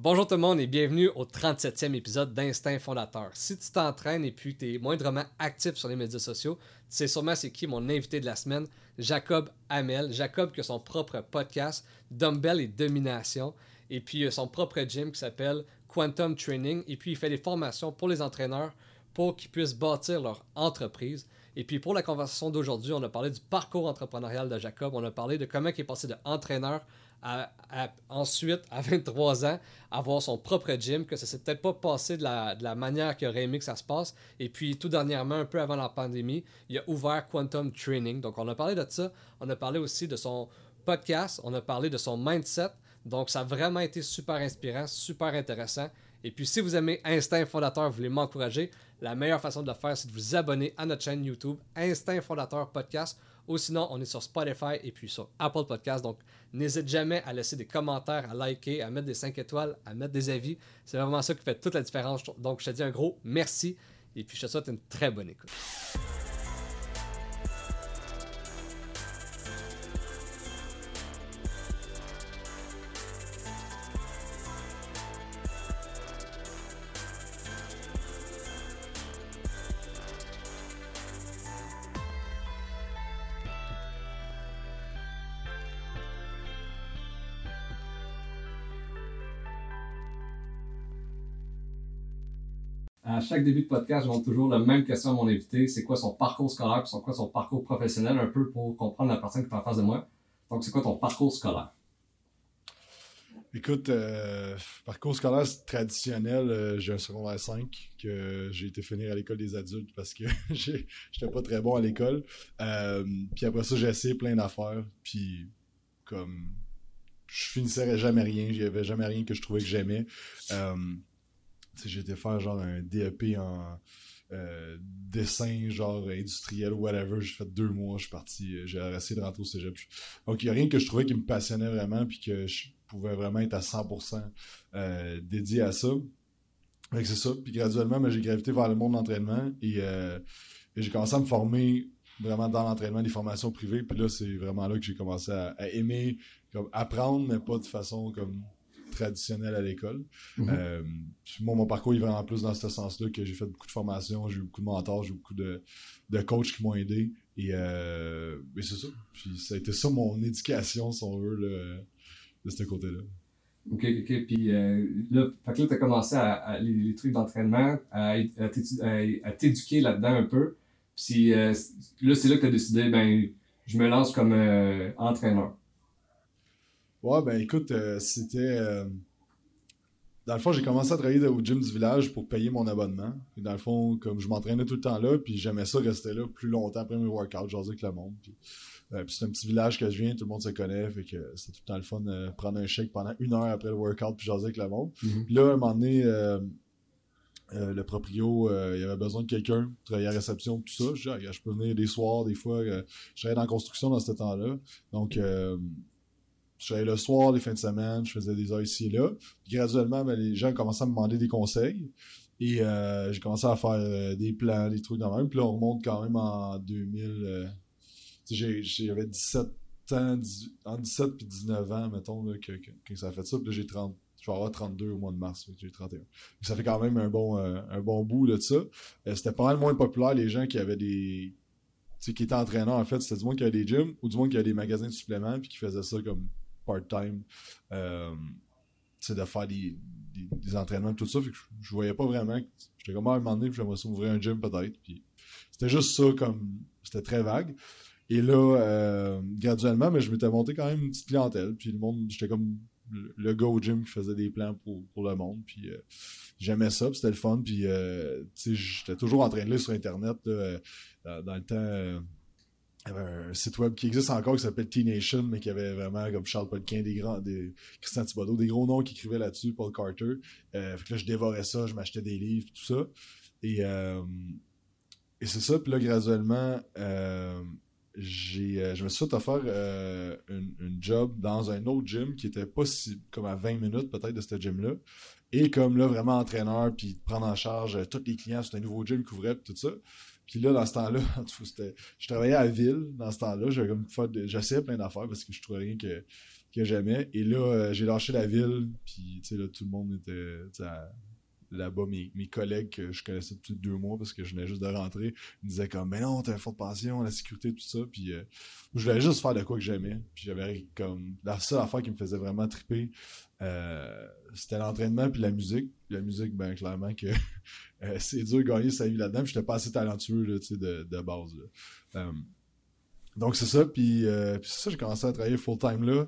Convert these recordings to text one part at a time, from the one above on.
Bonjour tout le monde et bienvenue au 37e épisode d'Instinct Fondateur. Si tu t'entraînes et puis tu es moindrement actif sur les médias sociaux, tu sais sûrement c'est qui mon invité de la semaine, Jacob Hamel. Jacob qui a son propre podcast, Dumbbell et Domination, et puis il a son propre gym qui s'appelle Quantum Training, et puis il fait des formations pour les entraîneurs pour qu'ils puissent bâtir leur entreprise. Et puis pour la conversation d'aujourd'hui, on a parlé du parcours entrepreneurial de Jacob, on a parlé de comment il est passé d'entraîneur ensuite, à 23 ans, avoir son propre gym, que ça s'est peut-être pas passé de la manière qu'il aurait aimé que ça se passe. Et puis, tout dernièrement, un peu avant la pandémie, il a ouvert Quantum Training. Donc, on a parlé de ça. On a parlé aussi de son podcast. On a parlé de son mindset. Donc, ça a vraiment été super inspirant, super intéressant. Et puis, si vous aimez Instinct Fondateur, vous voulez m'encourager, la meilleure façon de le faire, c'est de vous abonner à notre chaîne YouTube, Instinct Fondateur Podcast. Ou sinon, on est sur Spotify et puis sur Apple Podcast. Donc, n'hésite jamais à laisser des commentaires, à liker, à mettre des 5 étoiles, à mettre des avis. C'est vraiment ça qui fait toute la différence. Donc, je te dis un gros merci et puis je te souhaite une très bonne écoute. À chaque début de podcast, je demande toujours la même question à mon invité. C'est quoi son parcours scolaire, puis c'est quoi son parcours professionnel, un peu pour comprendre la personne qui est en face de moi. Donc, c'est quoi ton parcours scolaire? Écoute, parcours scolaire traditionnel, j'ai un secondaire 5 que j'ai été finir à l'école des adultes parce que j'étais pas très bon à l'école. Puis après ça, j'ai essayé plein d'affaires. Puis comme je finissais jamais rien, il y avait jamais rien que je trouvais que j'aimais. J'ai été faire genre un DEP en dessin genre industriel ou whatever. J'ai fait 2 mois, je suis parti, j'ai essayé de rentrer au cégep. Donc il n'y a rien que je trouvais qui me passionnait vraiment puis que je pouvais vraiment être à 100% dédié à ça. Donc c'est ça. Puis graduellement, j'ai gravité vers le monde de l'entraînement et j'ai commencé à me former vraiment dans l'entraînement, des formations privées. Puis là, c'est vraiment là que j'ai commencé à aimer comme apprendre, mais pas de façon comme traditionnelle à l'école. Moi, mon parcours est vraiment plus dans ce sens-là que j'ai fait beaucoup de formations, j'ai eu beaucoup de mentors, j'ai eu beaucoup de coachs qui m'ont aidé. Et c'est ça. Puis ça a été ça mon éducation, si on veut, là, de ce côté-là. OK. Puis là, tu as commencé les trucs d'entraînement, à t'éduquer là-dedans un peu. Puis là, c'est là que tu as décidé, je me lance comme entraîneur. Ouais, écoute, c'était... Dans le fond, j'ai commencé à travailler au gym du village pour payer mon abonnement. Et dans le fond, comme je m'entraînais tout le temps là, puis j'aimais ça rester là plus longtemps après mes workouts, jaser avec le monde. Puis c'est un petit village que je viens, tout le monde se connaît, fait que c'est tout le temps le fun de prendre un shake pendant 1 heure après le workout puis jaser avec le monde. Puis là, à un moment donné, le proprio, il avait besoin de quelqu'un pour travailler à la réception, tout ça. Je dis, je peux venir des soirs, des fois. Je travaillais dans la construction dans ce temps-là. Donc, je travaillais le soir, les fins de semaine, je faisais des heures ici et là. Puis graduellement, les gens commençaient à me demander des conseils. Et j'ai commencé à faire des plans, des trucs de même. Puis là, on remonte quand même en 2000. J'avais 17 ans, entre 17 et 19 ans, mettons, là, que ça a fait ça. Puis là, je vais avoir 32 au mois de mars, j'ai 31. Puis ça fait quand même un bon bout là, de ça. C'était pas mal moins populaire, les gens qui avaient des... qui étaient entraîneurs, en fait. C'était du monde qui avait des gyms ou du monde qui avait des magasins de suppléments puis qui faisait ça comme part-time. De faire des entraînements, tout ça. Fait que je voyais pas vraiment. J'étais comme à un moment donné, puis j'aimerais ça ouvrir un gym peut-être. Puis c'était juste ça, comme... C'était très vague. Et là, graduellement, mais je m'étais monté quand même une petite clientèle. Puis le monde, j'étais comme le gars au gym qui faisait des plans pour le monde. Puis j'aimais ça, puis c'était le fun. Puis j'étais toujours en train de lire sur Internet là, dans le temps. Il y avait un site web qui existe encore qui s'appelle T-Nation, mais qui avait vraiment comme Charles Poliquin, Christian Thibodeau, des gros noms qui écrivaient là-dessus, Paul Carter. Fait que là, je dévorais ça, je m'achetais des livres, tout ça. Et c'est ça, puis là, graduellement, je me suis fait offrir une job dans un autre gym qui était pas si comme à 20 minutes peut-être de ce gym-là. Et comme là, vraiment entraîneur, puis prendre en charge tous les clients, c'était un nouveau gym qui ouvrait, tout ça. Puis là, dans ce temps-là, je travaillais à la ville dans ce temps-là. J'essayais plein d'affaires parce que je trouvais rien que que j'aimais. Et là, j'ai lâché la ville, puis tu sais, là, tout le monde était là-bas. Mes collègues que je connaissais depuis 2 mois parce que je venais juste de rentrer, ils me disaient comme, mais non, t'as un fonds de pension, la sécurité, tout ça. Puis je voulais juste faire de quoi que j'aimais. Puis j'avais comme, la seule affaire qui me faisait vraiment triper, c'était l'entraînement puis la musique. Puis la musique, ben clairement que c'est dur de gagner sa vie là-dedans. Puis j'étais pas assez talentueux là, de base. Là. Donc c'est ça. Puis c'est ça, j'ai commencé à travailler full-time là.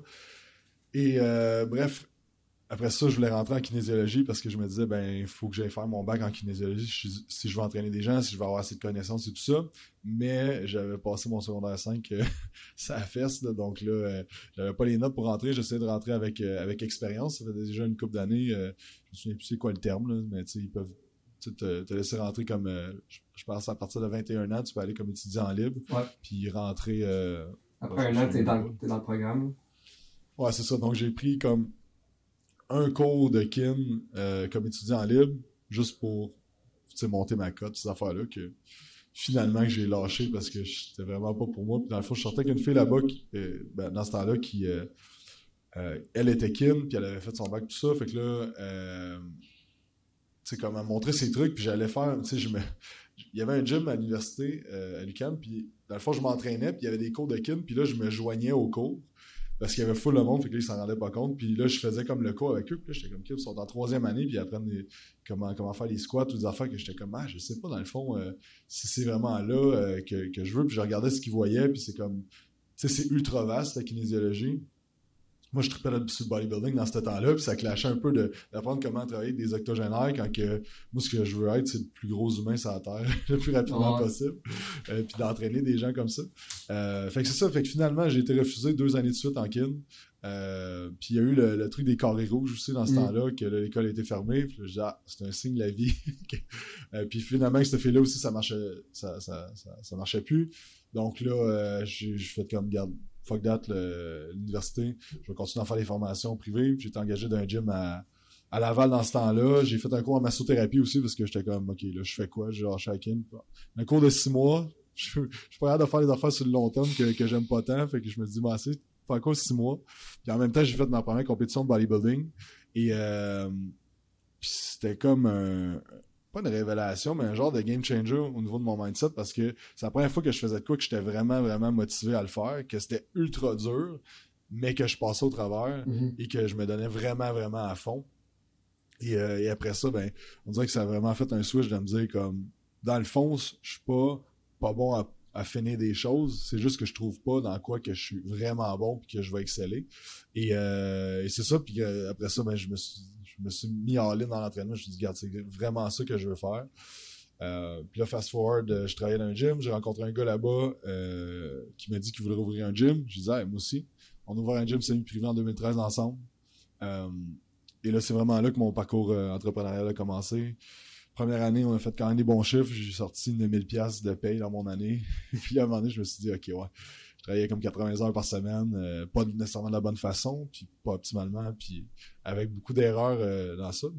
Et bref, après ça, je voulais rentrer en kinésiologie parce que je me disais, ben, il faut que j'aille faire mon bac en kinésiologie si je veux entraîner des gens, si je veux avoir assez de connaissances et tout ça. Mais j'avais passé mon secondaire 5 ça fesse, là, donc là, j'avais pas les notes pour rentrer. J'essayais de rentrer avec expérience. Ça fait déjà une couple d'années. Je me souviens plus c'est quoi le terme, là, mais tu sais, ils peuvent te laisser rentrer comme, je pense à partir de 21 ans, tu peux aller comme étudiant libre, puis rentrer... Après un an, t'es dans le programme. Ouais, c'est ça. Donc j'ai pris comme un cours de kin comme étudiant libre, juste pour monter ma cote, ces affaires-là, que finalement que j'ai lâché parce que c'était vraiment pas pour moi. Puis dans le fond, je sortais qu'une fille là-bas, dans ce temps-là, qui elle était kin, puis elle avait fait son bac, tout ça. Fait que là, tu sais, comme elle montrait ses trucs, puis j'allais faire, tu sais, il y avait un gym à l'université, à l'UQAM, puis dans le fond, je m'entraînais, puis il y avait des cours de kin, puis là, je me joignais aux cours. Parce qu'il y avait full le monde, fait que là, ils s'en rendaient pas compte. Puis là, je faisais comme le cours avec eux. Puis là, j'étais comme, ils sont en 3e année, puis ils apprennent comment faire les squats ou des affaires que j'étais comme, je sais pas, dans le fond, si c'est vraiment là que je veux. Puis je regardais ce qu'ils voyaient, puis c'est comme, tu sais, c'est ultra vaste, la kinésiologie. Moi, je trippais sur le bodybuilding dans ce temps-là, puis ça clashait un peu d'apprendre comment travailler avec des octogénaires quand que moi, ce que je veux être, c'est le plus gros humain sur la Terre, le plus rapidement possible, puis d'entraîner des gens comme ça. Fait que c'est ça, fait que finalement, j'ai été refusé 2 années de suite en kin. Puis il y a eu le truc des carrés rouges aussi dans ce temps-là, que l'école a été fermée. Puis là, je dis, c'est un signe de la vie. Puis finalement, cette fille-là aussi, ça marchait plus. Donc là, j'ai fait comme, garde, fuck that, l'université. Je vais continuer à faire des formations privées. J'ai été engagé dans un gym à Laval dans ce temps-là. J'ai fait un cours en massothérapie aussi parce que j'étais comme, OK, là, je fais quoi? J'ai lâché à kin. Un cours de 6 mois. Je suis pas capable de faire des affaires sur le long terme que j'aime pas tant. Fait que je me dis, assez, faire un cours 6 mois. Puis en même temps, j'ai fait ma première compétition de bodybuilding. Et puis c'était comme pas une révélation, mais un genre de game changer au niveau de mon mindset parce que c'est la première fois que je faisais de quoi que j'étais vraiment, vraiment motivé à le faire, que c'était ultra dur, mais que je passais au travers et que je me donnais vraiment, vraiment à fond. Et après ça, ben, on dirait que ça a vraiment fait un switch de me dire comme, dans le fond, je suis pas bon à finir des choses, c'est juste que je trouve pas dans quoi que je suis vraiment bon puis que je vais exceller. Et c'est ça, puis après ça, ben, je me suis mis en ligne dans l'entraînement. Je me suis dit, regarde, c'est vraiment ça que je veux faire. Puis là, fast forward, je travaillais dans un gym. J'ai rencontré un gars là-bas qui m'a dit qu'il voulait ouvrir un gym. Je disais, moi aussi. On a ouvert un gym semi-privé en 2013 ensemble. Et là, c'est vraiment là que mon parcours entrepreneurial a commencé. Première année, on a fait quand même des bons chiffres. J'ai sorti 9000$ de paye dans mon année. Puis là, à un moment donné, je me suis dit, OK, ouais. Je travaillais comme 80 heures par semaine, pas nécessairement de la bonne façon, puis pas optimalement, puis avec beaucoup d'erreurs dans ça.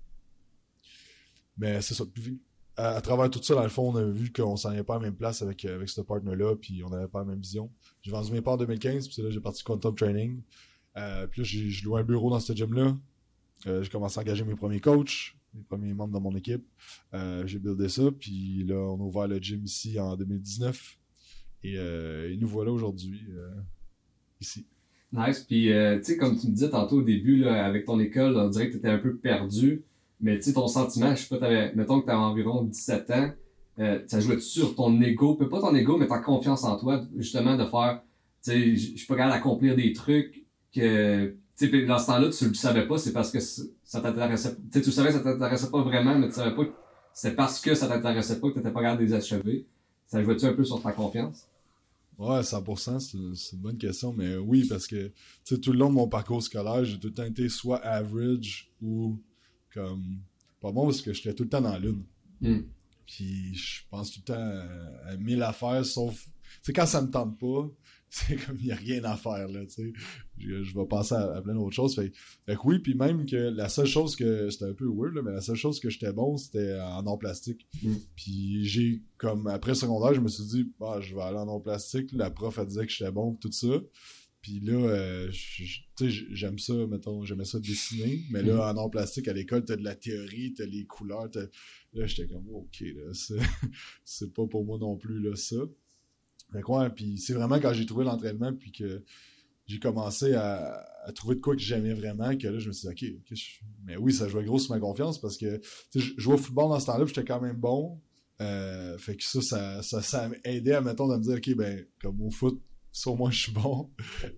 Mais c'est ça. Puis, à travers tout ça, dans le fond, on a vu qu'on s'en allait pas à la même place avec ce partner-là, puis on n'avait pas la même vision. J'ai vendu mes parts en 2015, puis c'est là j'ai parti Quantum Training. Puis là, j'ai loué un bureau dans ce gym-là. J'ai commencé à engager mes premiers coachs, les premiers membres de mon équipe. J'ai buildé ça, puis là, on a ouvert le gym ici en 2019. Et nous voilà aujourd'hui ici. Nice. Puis, tu sais, comme tu me disais tantôt au début, là, avec ton école, on dirait que tu étais un peu perdu. Mais tu sais, ton sentiment, je sais pas, mettons que tu avais environ 17 ans, ça jouait sur ton ego, peut pas ton ego, mais ta confiance en toi, justement, de faire, tu sais, je suis pas capable d'accomplir des trucs que, tu sais, dans ce temps-là, tu le savais pas, c'est parce que ça t'intéressait, tu sais, tu savais que ça t'intéressait pas vraiment, mais tu savais pas que c'est parce que ça t'intéressait pas que t'étais pas capable de les achever. Ça jouait-tu un peu sur ta confiance? Ouais, 100%, c'est une bonne question, mais oui, parce que tout le long de mon parcours scolaire, j'ai tout le temps été soit average ou comme pas bon parce que j'étais tout le temps dans l'une. Puis je pense tout le temps à 1000 affaires, sauf quand ça me tente pas, c'est comme il n'y a rien à faire là, tu sais. Je vais passer à plein d'autres choses. Fait que oui, puis même que la seule chose que c'était un peu weird là, mais la seule chose que j'étais bon, c'était en art plastique. Puis j'ai comme après secondaire, je me suis dit je vais aller en art plastique. La prof elle disait que j'étais bon tout ça. Puis là, tu sais, j'aime ça, mettons, j'aimais ça dessiner, mais là, en art plastique, à l'école, t'as de la théorie, t'as les couleurs, là, j'étais comme, ok, là, c'est pas pour moi non plus, là, ça. Fait que ouais, puis c'est vraiment quand j'ai trouvé l'entraînement, puis que j'ai commencé à trouver de quoi que j'aimais vraiment, que là, je me suis dit, ok, mais oui, ça jouait gros sur ma confiance, parce que, tu sais, je jouais au football dans ce temps-là, puis j'étais quand même bon. Fait que ça aidait à, mettons, de me dire, ok, ben, comme au foot, sur moi, je suis bon.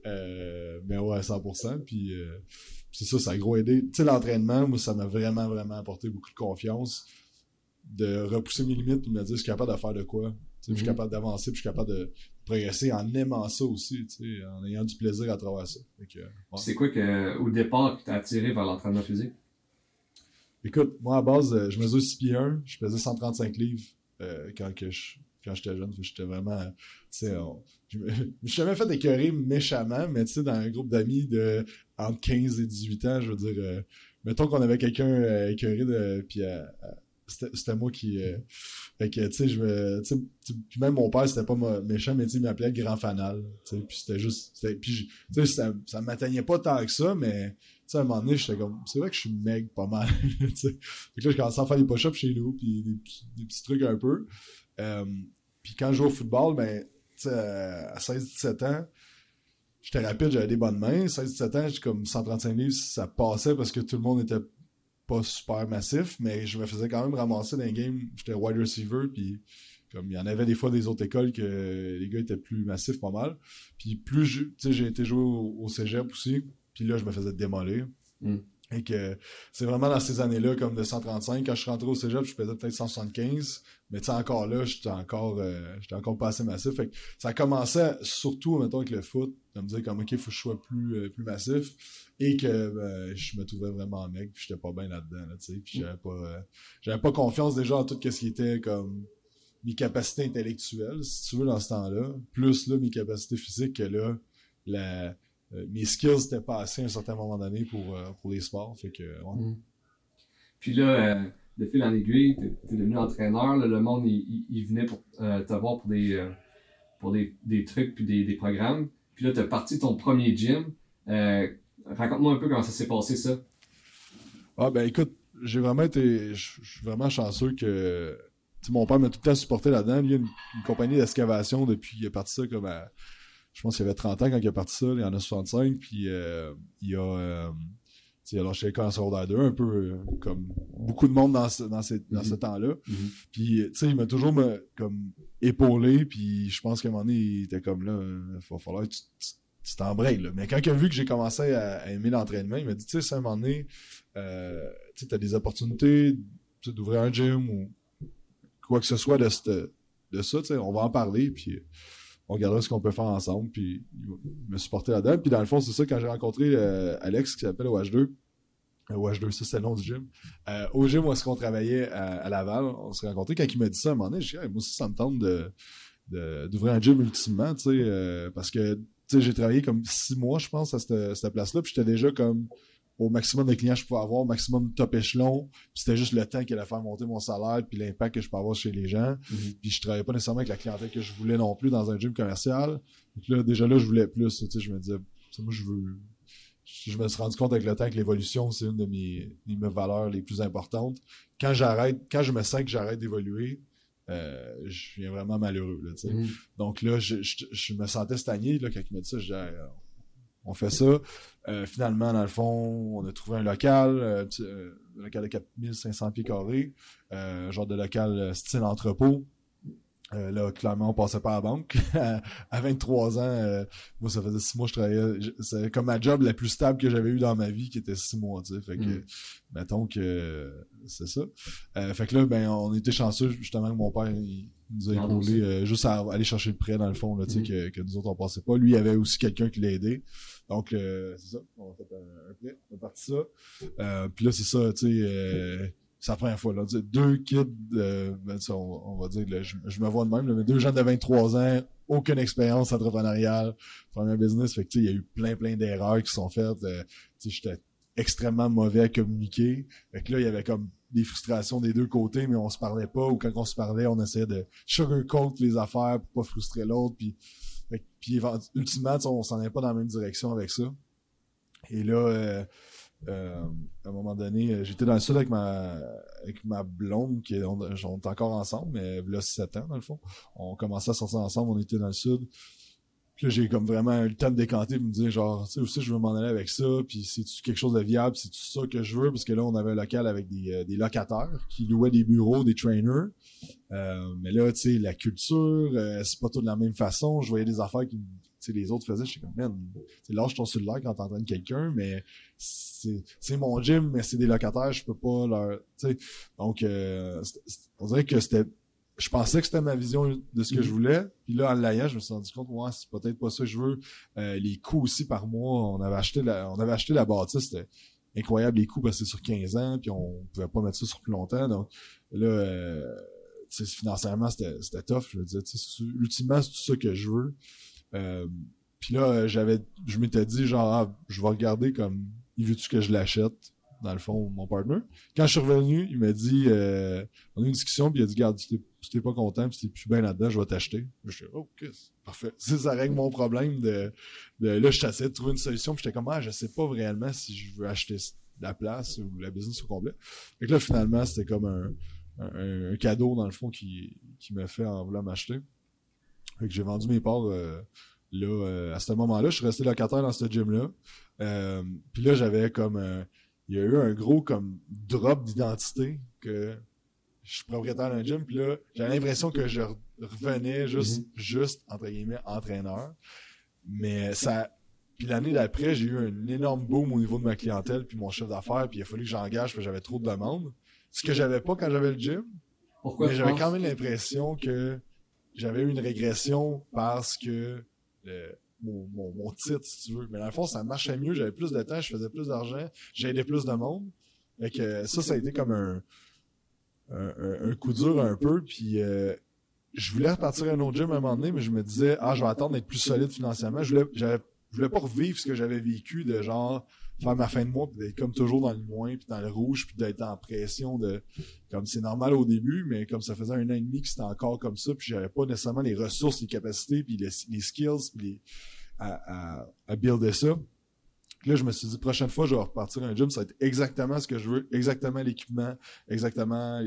Mais ouais, 100%. Puis c'est ça, ça a gros aidé. Tu sais, l'entraînement, moi, ça m'a vraiment, vraiment apporté beaucoup de confiance, de repousser mes limites, et de me dire, je suis capable de faire de quoi. Je suis capable d'avancer, puis je suis capable de progresser en aimant ça aussi, en ayant du plaisir à travers ça. Fait que, ouais. C'est quoi au départ qui t'a attiré vers l'entraînement physique? Écoute, moi, à base, je mesure 6 pieds 1, je pesais 135 livres quand j'étais jeune. J'étais vraiment, je me suis jamais fait écœurer méchamment, mais tu sais, dans un groupe d'amis de entre 15 et 18 ans, je veux dire, mettons qu'on avait quelqu'un écœuré, puis c'était moi qui... fait que, tu sais, puis même mon père, c'était pas méchant, mais tu sais, il m'appelait le grand fanal, tu sais, puis c'était juste... Puis, tu sais, ça m'atteignait pas tant que ça, mais, tu sais, à un moment donné, j'étais comme... C'est vrai que je suis maigre pas mal, tu sais. Fait que là, je commençais à faire des push-ups chez nous, puis des petits trucs un peu. Puis quand je jouais au football, ben, tu sais, à 16-17 ans, j'étais rapide, j'avais des bonnes mains. 16-17 ans, j'ai comme 135 livres, ça passait parce que tout le monde était pas super massif, mais je me faisais quand même ramasser dans les games. J'étais wide receiver, puis comme il y en avait des fois des autres écoles que les gars étaient plus massifs pas mal. Puis plus tu sais, j'ai été jouer au cégep aussi, puis là je me faisais démolir. Et que c'est vraiment dans ces années-là, comme de 135, quand je suis rentré au cégep, je pesais peut-être 175, mais tu sais, encore là, j'étais encore pas assez massif. Fait que ça commençait surtout, mettons, avec le foot, de me dire comme, ok, faut que je sois plus massif, et que je me trouvais vraiment maigre, puis j'étais pas bien là-dedans, là, tu sais, puis j'avais pas confiance déjà en tout ce qui était comme mes capacités intellectuelles, si tu veux, dans ce temps-là, plus là, mes capacités physiques, que là, mes skills étaient pas assez à un certain moment donné pour les sports. Fait que, ouais. Puis là, de fil en aiguille, t'es devenu entraîneur. Là, le monde, il venait pour te voir pour des trucs puis des programmes. Puis là, t'as parti ton premier gym. Raconte-moi un peu comment ça s'est passé, ça. Ah, ben écoute, je suis vraiment chanceux que mon père m'a tout le temps supporté là-dedans. Il y a une compagnie d'excavation depuis qu'il est parti ça comme je pense qu'il y avait 30 ans quand il a parti ça, il y en a 65, puis il a lâché l'école en secondaire 2, un peu comme beaucoup de monde dans ce temps-là. Puis, tu sais, il m'a toujours comme épaulé, puis je pense qu'à un moment donné, il était comme là, il va falloir que tu t'embrayes, là. Mais quand il a vu que j'ai commencé à aimer l'entraînement, il m'a dit, tu sais, à un moment donné, tu as des opportunités d'ouvrir un gym ou quoi que ce soit de ça, tu sais, on va en parler, puis on regardera ce qu'on peut faire ensemble, puis il me supportait là-dedans. Puis dans le fond, c'est ça, quand j'ai rencontré Alex, qui s'appelle OH2, OH2, ça c'est le nom du gym, au gym où est-ce qu'on travaillait à Laval, on s'est rencontrés, quand il m'a dit ça à un moment donné, j'ai dit, hey, moi aussi ça me tente d'ouvrir un gym ultimement, tu sais, parce que, tu sais, j'ai travaillé comme 6 mois, je pense, à cette place-là, puis j'étais déjà comme au maximum de clients que je pouvais avoir, au maximum top échelon, puis c'était juste le temps qui allait faire monter mon salaire, puis l'impact que je peux avoir chez les gens, puis je travaillais pas nécessairement avec la clientèle que je voulais non plus dans un gym commercial. Donc là, déjà là, je voulais plus, tu sais, je me disais, moi, je me suis rendu compte avec le temps que l'évolution, c'est une de mes valeurs les plus importantes. Quand je me sens que j'arrête d'évoluer, je viens vraiment malheureux, là, tu sais. Donc là, je me sentais stagné, là, quand il m'a dit ça, je disais, on fait ça. Finalement, dans le fond, on a trouvé un local, un local de 4500 pieds carrés, genre de local style entrepôt. Là, clairement, on passait pas à la banque. À 23 ans, moi, ça faisait 6 mois que je travaillais. C'est comme ma job la plus stable que j'avais eue dans ma vie, qui était 6 mois, tu sais. Fait que, mettons que c'est ça. Fait que là, ben, on était chanceux, justement, que mon père, il nous a épaulé juste à aller chercher le prêt, dans le fond, là, tu sais, que nous autres, on passait pas. Lui, il y avait aussi quelqu'un qui l'a aidé. Donc, c'est ça. On a fait un prêt. On a parti ça. Puis là, c'est ça, tu sais, c'est la première fois, là. Deux kids, on va dire, là, je me vois de même, là, mais 2 jeunes de 23 ans, aucune expérience entrepreneuriale, premier business, fait que, tu sais, il y a eu plein d'erreurs qui sont faites. Tu sais, j'étais extrêmement mauvais à communiquer. Fait que là, il y avait comme des frustrations des deux côtés, mais on se parlait pas, ou quand on se parlait, on essayait de sugarcoat les affaires pour pas frustrer l'autre, puis Puis ultimement, on s'en est pas dans la même direction avec ça. Et là, à un moment donné, j'étais dans le sud avec ma blonde, on est encore ensemble, mais là, 7 ans, dans le fond. On commençait à sortir ensemble, on était dans le sud. Puis là, j'ai comme vraiment eu le temps de décanter, de me dire genre, tu sais, aussi, je veux m'en aller avec ça, puis c'est-tu quelque chose de viable, c'est-tu ça que je veux, parce que là, on avait un local avec des locataires qui louaient des bureaux, des trainers. Mais là, tu sais, la culture, c'est pas tout de la même façon. Je voyais des affaires qui, tu sais, les autres faisaient, j'étais comme, man, tu lâche ton cellulaire quand t'entraînes quelqu'un, mais c'est mon gym, mais c'est des locataires, je peux pas leur, tu sais. Donc, on dirait que je pensais que c'était ma vision de ce que je voulais. Puis là, en l'ayant, je me suis rendu compte, ouais, c'est peut-être pas ça que je veux. Les coûts aussi par mois, on avait acheté la bâtisse, c'était incroyable les coûts parce que c'est sur 15 ans, puis on pouvait pas mettre ça sur plus longtemps. Donc là, financièrement, c'était tough. Je me disais, ultimement, c'est tout ça que je veux. Puis là, je m'étais dit, genre, je vais regarder comme, il veut-tu que je l'achète? Dans le fond, mon partner. Quand je suis revenu, il m'a dit, on a eu une discussion, puis il a dit, regarde, si t'es pas content, puis si t'es plus bien là-dedans, je vais t'acheter. Je suis oh, parfait. Ça règle mon problème là, je t'essaie de trouver une solution, puis j'étais comme, je sais pas réellement si je veux acheter la place ou la business au complet. Fait que là, finalement, c'était comme un cadeau, dans le fond, qui m'a fait en voulant m'acheter. Fait que j'ai vendu mes parts, là, à ce moment-là, je suis resté locataire dans ce gym-là. Puis là, j'avais comme, il y a eu un gros comme drop d'identité que je suis propriétaire d'un gym, puis là, j'avais l'impression que je revenais juste, entre guillemets, entraîneur. Mais puis l'année d'après, j'ai eu un énorme boom au niveau de ma clientèle, puis mon chiffre d'affaires, puis il a fallu que j'engage, parce que j'avais trop de demandes. Ce que j'avais pas quand j'avais le gym. Pourquoi mais j'avais quand même l'impression que j'avais eu une régression parce que mon titre, si tu veux. Mais dans le fond, ça marchait mieux, j'avais plus de temps, je faisais plus d'argent, j'aidais plus de monde. Fait que ça a été comme un coup dur un peu. Puis je voulais repartir à un autre gym à un moment donné, mais je me disais, je vais attendre d'être plus solide financièrement. Je voulais pas revivre ce que j'avais vécu de genre faire ma fin de mois, puis d'être comme toujours dans le moins, puis dans le rouge, puis d'être en pression comme c'est normal au début, mais comme ça faisait 1 an et demi que c'était encore comme ça, puis j'avais pas nécessairement les ressources, les capacités, puis les skills, puis à builder ça. Puis là, je me suis dit, prochaine fois, je vais repartir à un gym, ça va être exactement ce que je veux, exactement l'équipement, exactement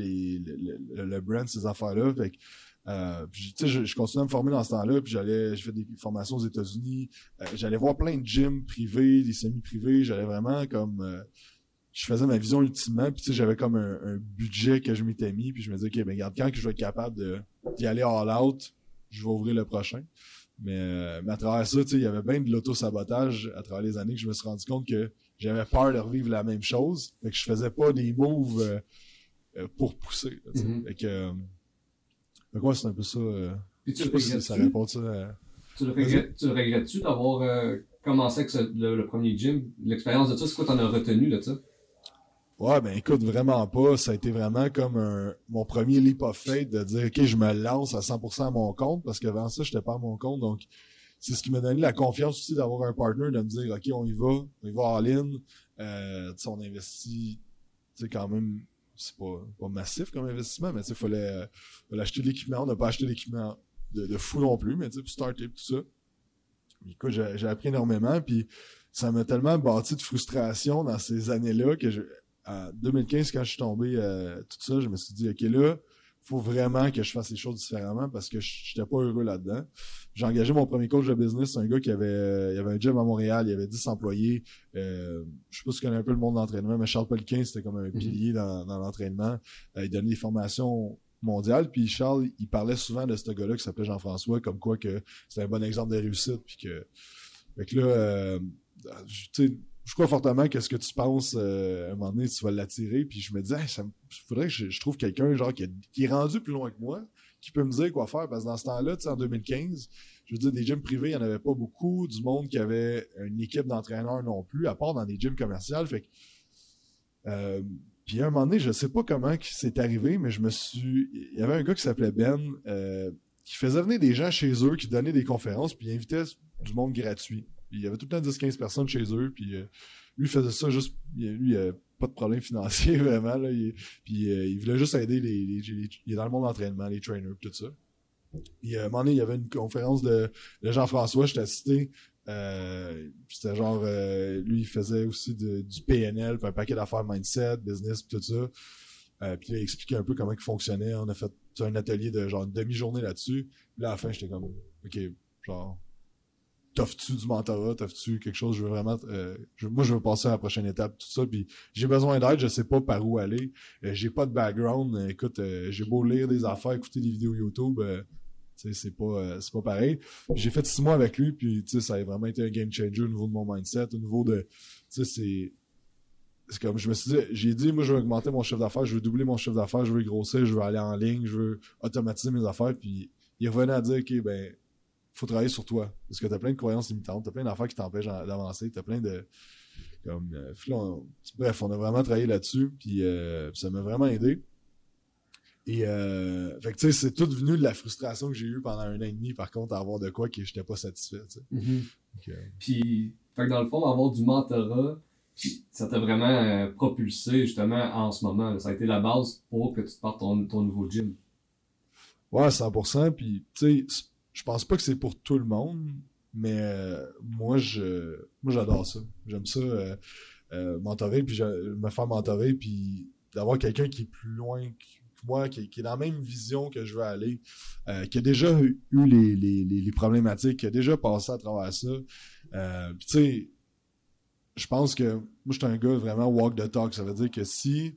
le brand, ces affaires-là. Fait que, puis, tu sais, je continuais à me former dans ce temps-là, puis je fais des formations aux États-Unis, j'allais voir plein de gyms privés, des semi-privés, j'allais vraiment comme, je faisais ma vision ultimement, puis tu sais, j'avais comme un budget que je m'étais mis, puis je me disais, ok, ben regarde, quand que je vais être capable d'y aller all out, je vais ouvrir le prochain. Mais à travers ça, tu sais, il y avait bien de l'auto-sabotage à travers les années que je me suis rendu compte que j'avais peur de revivre la même chose, fait que je faisais pas des moves pour pousser. Là, fait que ouais, c'est un peu ça. Puis je sais pas si ça répond ça. Tu le regrettes-tu d'avoir commencé avec le premier gym? L'expérience de ça, c'est quoi t'en as retenu là, de ça? Ouais, ben écoute, vraiment pas. Ça a été vraiment comme mon premier leap of faith de dire, OK, je me lance à 100% à mon compte, parce qu'avant ça, j'étais pas à mon compte. Donc, c'est ce qui m'a donné la confiance aussi d'avoir un partner, de me dire, OK, on y va all-in. On investit, tu sais, quand même, c'est pas massif comme investissement, mais tu sais, fallait acheter de l'équipement. On n'a pas acheté d'équipement de fou non plus, mais tu sais, pour starter, tout ça. Écoute, j'ai appris énormément, puis ça m'a tellement bâti de frustration dans ces années-là que en 2015, quand je suis tombé tout ça, je me suis dit, OK, là, faut vraiment que je fasse les choses différemment parce que je n'étais pas heureux là-dedans. J'ai engagé mon premier coach de business, c'est un gars qui avait un gym à Montréal, il y avait 10 employés. Je sais pas si tu connais un peu le monde d'entraînement, mais Charles Pellequin, c'était comme un pilier dans l'entraînement. Il donnait des formations mondiales, puis Charles, il parlait souvent de ce gars-là qui s'appelait Jean-François, comme quoi que c'était un bon exemple de réussite, puis que... Fait que là, tu sais, je crois fortement que ce que tu penses, à un moment donné, tu vas l'attirer. Puis je me disais, il faudrait que je trouve quelqu'un genre qui est rendu plus loin que moi, qui peut me dire quoi faire. Parce que dans ce temps-là, tu sais, en 2015, je veux dire, des gyms privés, il n'y en avait pas beaucoup. Du monde qui avait une équipe d'entraîneurs non plus, à part dans des gyms commerciaux. Fait que, puis à un moment donné, je sais pas comment c'est arrivé, mais il y avait un gars qui s'appelait Ben, qui faisait venir des gens chez eux, qui donnaient des conférences, puis il invitait du monde gratuit. Il y avait tout le temps 10-15 personnes chez eux, puis lui, il faisait ça juste... Lui, il avait pas de problème financier, vraiment. Là, il voulait juste aider il est dans le monde d'entraînement, les trainers, tout ça. Puis à un moment donné, il y avait une conférence de Jean-François, j'étais assisté. C'était genre lui il faisait aussi du PNL, puis un paquet d'affaires mindset, business, puis tout ça. Puis il a expliqué un peu comment il fonctionnait. On a fait un atelier de genre une demi-journée là-dessus. Puis là, à la fin, j'étais comme OK, genre t'offres-tu du mentorat, t'offres-tu quelque chose, je veux vraiment moi je veux passer à la prochaine étape, tout ça, puis j'ai besoin d'aide, je sais pas par où aller, j'ai pas de background, écoute, j'ai beau lire des affaires, écouter des vidéos YouTube, c'est pas pareil. Puis j'ai fait 6 mois avec lui, puis ça a vraiment été un game changer au niveau de mon mindset, au niveau de, c'est comme, je me suis dit, j'ai dit, moi je veux augmenter mon chiffre d'affaires, je veux doubler mon chiffre d'affaires, je veux grossir, je veux aller en ligne, je veux automatiser mes affaires, puis il revenait à dire, OK, ben faut travailler sur toi. Parce que t'as plein de croyances limitantes, t'as plein d'affaires qui t'empêchent d'avancer, t'as plein de. Comme, bref, on a vraiment travaillé là-dessus, puis ça m'a vraiment aidé. Et fait que tu sais, c'est tout venu de la frustration que j'ai eue pendant 1 an et demi, par contre, à avoir de quoi que j'étais pas satisfait. Puis, fait que dans le fond, avoir du mentorat, ça t'a vraiment propulsé justement en ce moment. Là. Ça a été la base pour que tu te partes ton nouveau gym. Ouais, 100%. Puis, tu sais, je pense pas que c'est pour tout le monde, mais moi j'adore ça. J'aime ça, mentorer, puis me faire mentorer, puis d'avoir quelqu'un qui est plus loin que moi, qui est dans la même vision que je veux aller, qui a déjà eu les problématiques, qui a déjà passé à travers ça. Puis, tu sais, je pense que moi, je suis un gars vraiment walk the talk. Ça veut dire que si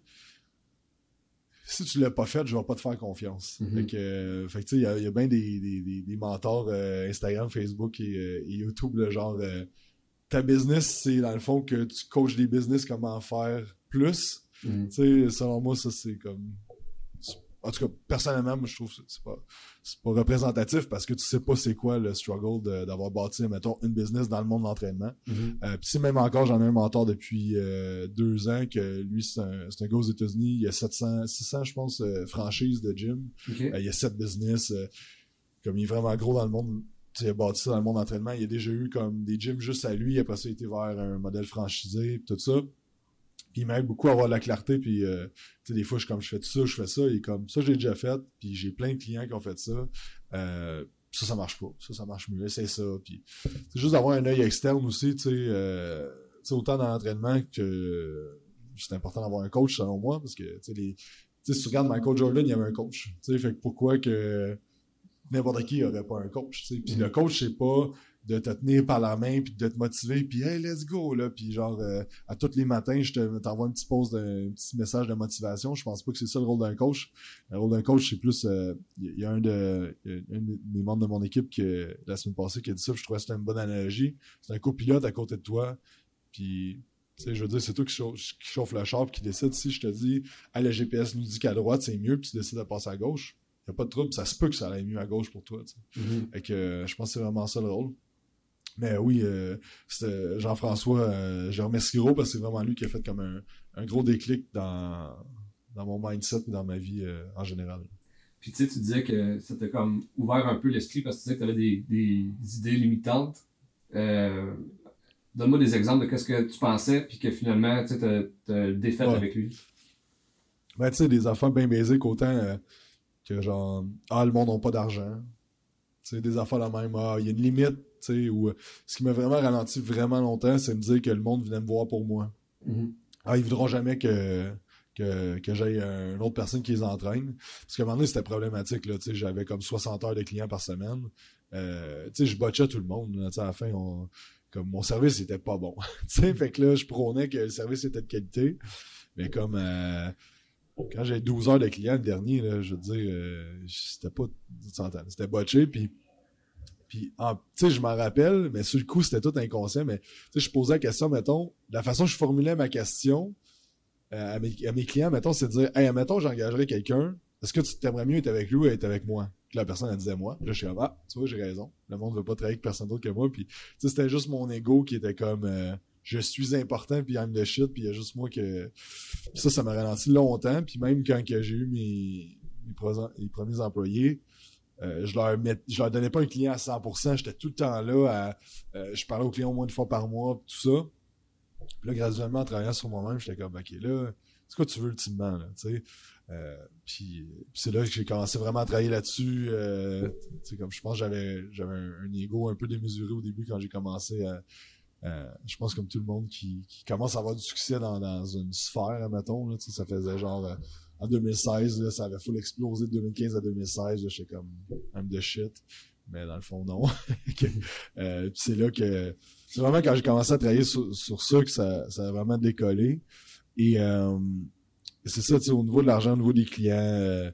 tu l'as pas fait, je vais pas te faire confiance. Fait que tu sais, il y a bien des mentors Instagram, Facebook et YouTube, le genre ta business, c'est dans le fond que tu coaches des business comment faire plus. Tu sais, selon moi, ça c'est comme. En tout cas, personnellement, moi, je trouve que c'est pas représentatif parce que tu sais pas c'est quoi le struggle d'avoir bâti, mettons, une business dans le monde de l'entraînement. Puis si même encore, j'en ai un mentor depuis 2 ans que lui, c'est un gars aux États-Unis. Il y a 600, je pense, franchises de gym. Il y a 7 business. Comme il est vraiment gros dans le monde, il a bâti ça dans le monde d'entraînement. Il a déjà eu comme des gyms juste à lui. Après ça, il était vers un modèle franchisé, tout ça. Puis il m'aide beaucoup à avoir de la clarté, puis des fois, je fais tout ça, je fais ça, et comme ça, j'ai déjà fait, puis j'ai plein de clients qui ont fait ça. Ça marche pas. Ça marche mieux, c'est ça. Puis c'est juste d'avoir un œil externe aussi, tu sais, autant dans l'entraînement que c'est important d'avoir un coach, selon moi, parce que si tu regardes Michael Jordan, il y avait un coach. Fait que pourquoi que n'importe qui n'aurait pas un coach, tu sais. Puis le coach, c'est pas de te tenir par la main puis de te motiver puis hey let's go là puis genre à tous les matins je t'envoie un petit message de motivation. Je pense pas que c'est ça le rôle d'un coach. Le rôle d'un coach c'est plus il y a un des membres de mon équipe qui la semaine passée qui a dit ça, je trouvais que c'était une bonne analogie. C'est un copilote à côté de toi puis tu sais, je veux dire, c'est toi qui chauffe le char qui décide. Si je te dis hey, le GPS nous dit qu'à droite c'est mieux puis tu décides de passer à gauche, y a pas de trouble, ça se peut que ça aille mieux à gauche pour toi, tu sais. Fait que je pense que c'est vraiment ça le rôle. Mais oui, Jean-François, je remercie gros parce que c'est vraiment lui qui a fait comme un gros déclic dans mon mindset et dans ma vie en général. Puis tu sais, tu disais que ça t'a comme ouvert un peu l'esprit parce que tu disais que tu avais des idées limitantes. Donne-moi des exemples de ce que tu pensais puis que finalement tu t'as défait avec lui. Ben tu sais, des affaires bien basiques autant que genre le monde n'a pas d'argent. Tu sais, des affaires la même. Il y a une limite. Tu sais, ce qui m'a vraiment ralenti vraiment longtemps, c'est me dire que le monde venait me voir pour moi. Ils voudront jamais que j'aille une autre personne qui les entraîne. Parce qu'à un moment donné, c'était problématique. Là, j'avais comme 60 heures de clients par semaine. Je botchais tout le monde. Là, à la fin, comme mon service était pas bon. Fait que là, je prônais que le service était de qualité. Mais comme quand j'avais 12 heures de clients le dernier, là, je veux dire, c'était pas c'était botché. Puis tu sais, je m'en rappelle, mais sur le coup, c'était tout inconscient. Mais tu sais, je posais la question, mettons, la façon que je formulais ma question à mes clients, mettons, c'est de dire, hey, mettons, j'engagerais quelqu'un, est-ce que tu t'aimerais mieux être avec lui ou être avec moi? Puis la personne, elle disait moi. Puis là, je suis comme, tu vois, j'ai raison. Le monde veut pas travailler avec personne d'autre que moi. Puis tu sais, c'était juste mon ego qui était comme, je suis important, puis I'm the shit, puis il y a juste moi que. Puis ça m'a ralenti longtemps. Puis même quand j'ai eu les premiers employés, je leur donnais pas un client à 100%, j'étais tout le temps là je parlais aux clients au moins 1 fois par mois, tout ça. Puis là, graduellement, en travaillant sur moi-même, j'étais comme, OK, là, c'est quoi tu veux ultimement, là, tu sais. Puis c'est là que j'ai commencé vraiment à travailler là-dessus. Comme je pense que j'avais un ego un peu démesuré au début quand j'ai commencé je pense comme tout le monde qui commence à avoir du succès dans une sphère, mettons, là, ça faisait genre en 2016, là, ça avait full explosé de 2015 à 2016, là, j'étais comme I'm the shit. Mais dans le fond, non. Puis c'est là que c'est vraiment quand j'ai commencé à travailler sur ça que ça a vraiment décollé. Et c'est ça, tu sais, au niveau de l'argent, au niveau des clients,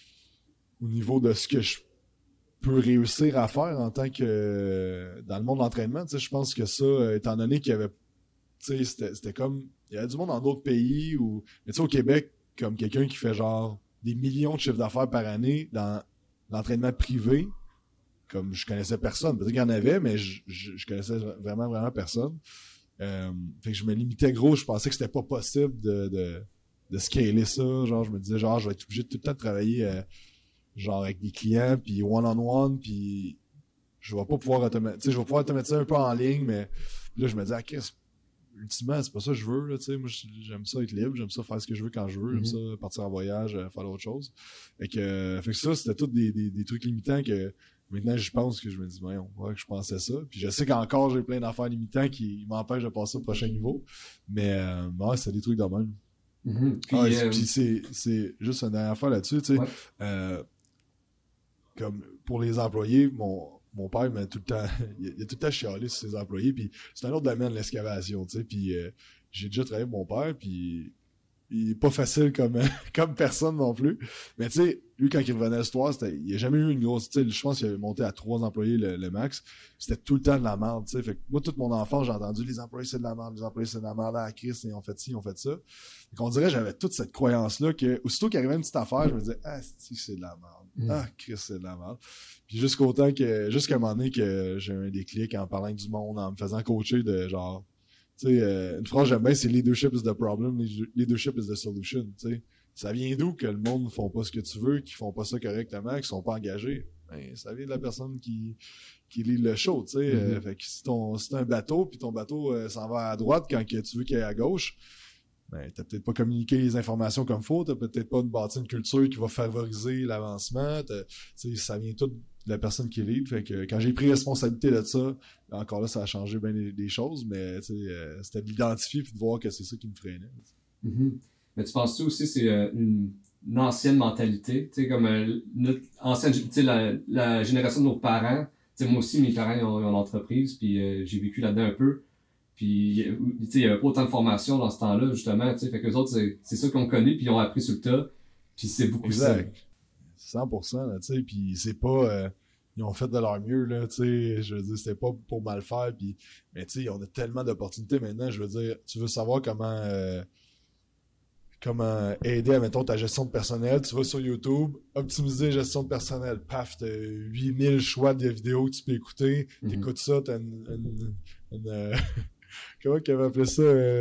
au niveau de ce que je peux réussir à faire en tant que dans le monde de l'entraînement, tu sais, je pense que ça, étant donné qu'il y avait, tu sais, c'était comme, il y avait du monde dans d'autres pays ou, mais tu sais, au Québec, comme quelqu'un qui fait genre des millions de chiffres d'affaires par année dans l'entraînement privé, comme je connaissais personne, peut-être qu'il y en avait, mais je connaissais vraiment, vraiment personne. Fait que je me limitais gros, je pensais que c'était pas possible de scaler ça, genre je me disais genre je vais être obligé de tout le temps de travailler genre avec des clients puis one-on-one puis je vais pas pouvoir automatiser, je vais pouvoir automatiser un peu en ligne, mais là je me disais ultimement c'est pas ça que je veux là, tu sais, moi j'aime ça être libre, j'aime ça faire ce que je veux quand je veux, j'aime ça partir en voyage, faire d'autres choses. Fait que ça c'était tous des trucs limitants que maintenant, je pense que je me dis, voyons, ouais, que je pensais ça. Puis je sais qu'encore, j'ai plein d'affaires limitants qui m'empêchent de passer au prochain niveau. Mais, ouais, c'est des trucs de même. Puis c'est juste une dernière fois là-dessus, tu sais. Comme pour les employés, mon père m'a tout le temps, il a tout le temps chialé sur ses employés. Puis c'est un autre domaine, l'excavation, tu sais. Puis j'ai déjà travaillé avec mon père, puis il est pas facile comme personne non plus. Mais tu sais, lui, quand il revenait à l'histoire, il a jamais eu une grosse... Tu sais, je pense qu'il avait monté à 3 employés le max. C'était tout le temps de la merde, tu sais. Fait que moi, toute mon enfance, j'ai entendu les employés, c'est de la merde, les employés, c'est de la merde, à Chris, ils ont fait ci, ils ont fait ça. Fait qu'on dirait, j'avais toute cette croyance-là que, aussitôt qu'il arrivait une petite affaire, je me disais, c'est de la merde. Ah, Chris, c'est de la merde. Puis jusqu'à un moment donné que j'ai eu un déclic en parlant avec du monde, en me faisant coacher de genre, tu sais, une phrase que j'aime bien, c'est leadership is the problem, leadership is the solution, tu sais. Ça vient d'où que le monde ne font pas ce que tu veux, qu'ils font pas ça correctement, qu'ils sont pas engagés? Ben, ça vient de la personne qui lit le show, tu sais. Fait que si t'as un bateau, puis ton bateau s'en va à droite quand que tu veux qu'il aille à gauche, ben, t'as peut-être pas communiqué les informations comme faut, t'as peut-être pas bâti une culture qui va favoriser l'avancement, ça vient tout de la personne qui lead. Fait que quand j'ai pris responsabilité de ça, encore là, ça a changé bien des choses, mais c'était de l'identifier puis de voir que c'est ça qui me freinait. Mais tu penses-tu aussi que c'est une ancienne mentalité, tu sais, comme notre ancienne, tu sais, la génération de nos parents, tu sais, moi aussi, mes parents ils ont une entreprise, puis j'ai vécu là-dedans un peu. Puis, tu sais, il n'y avait pas autant de formation dans ce temps-là, justement, tu sais. Fait que les autres, c'est ça qu'ils ont connu, puis ils ont appris sur le tas. Puis c'est beaucoup exact. Ça. 100%, là, tu sais. Puis c'est pas... ils ont fait de leur mieux, là, tu sais. Je veux dire, c'était pas pour mal faire. Puis, mais tu sais, on a tellement d'opportunités maintenant. Je veux dire, tu veux savoir comment aider, mettons, ta gestion de personnel. Tu vas sur YouTube, optimiser la gestion de personnel. Paf, t'as 8000 choix de vidéos que tu peux écouter. T'écoutes ça, t'as une comment qu'on avait appelé ça,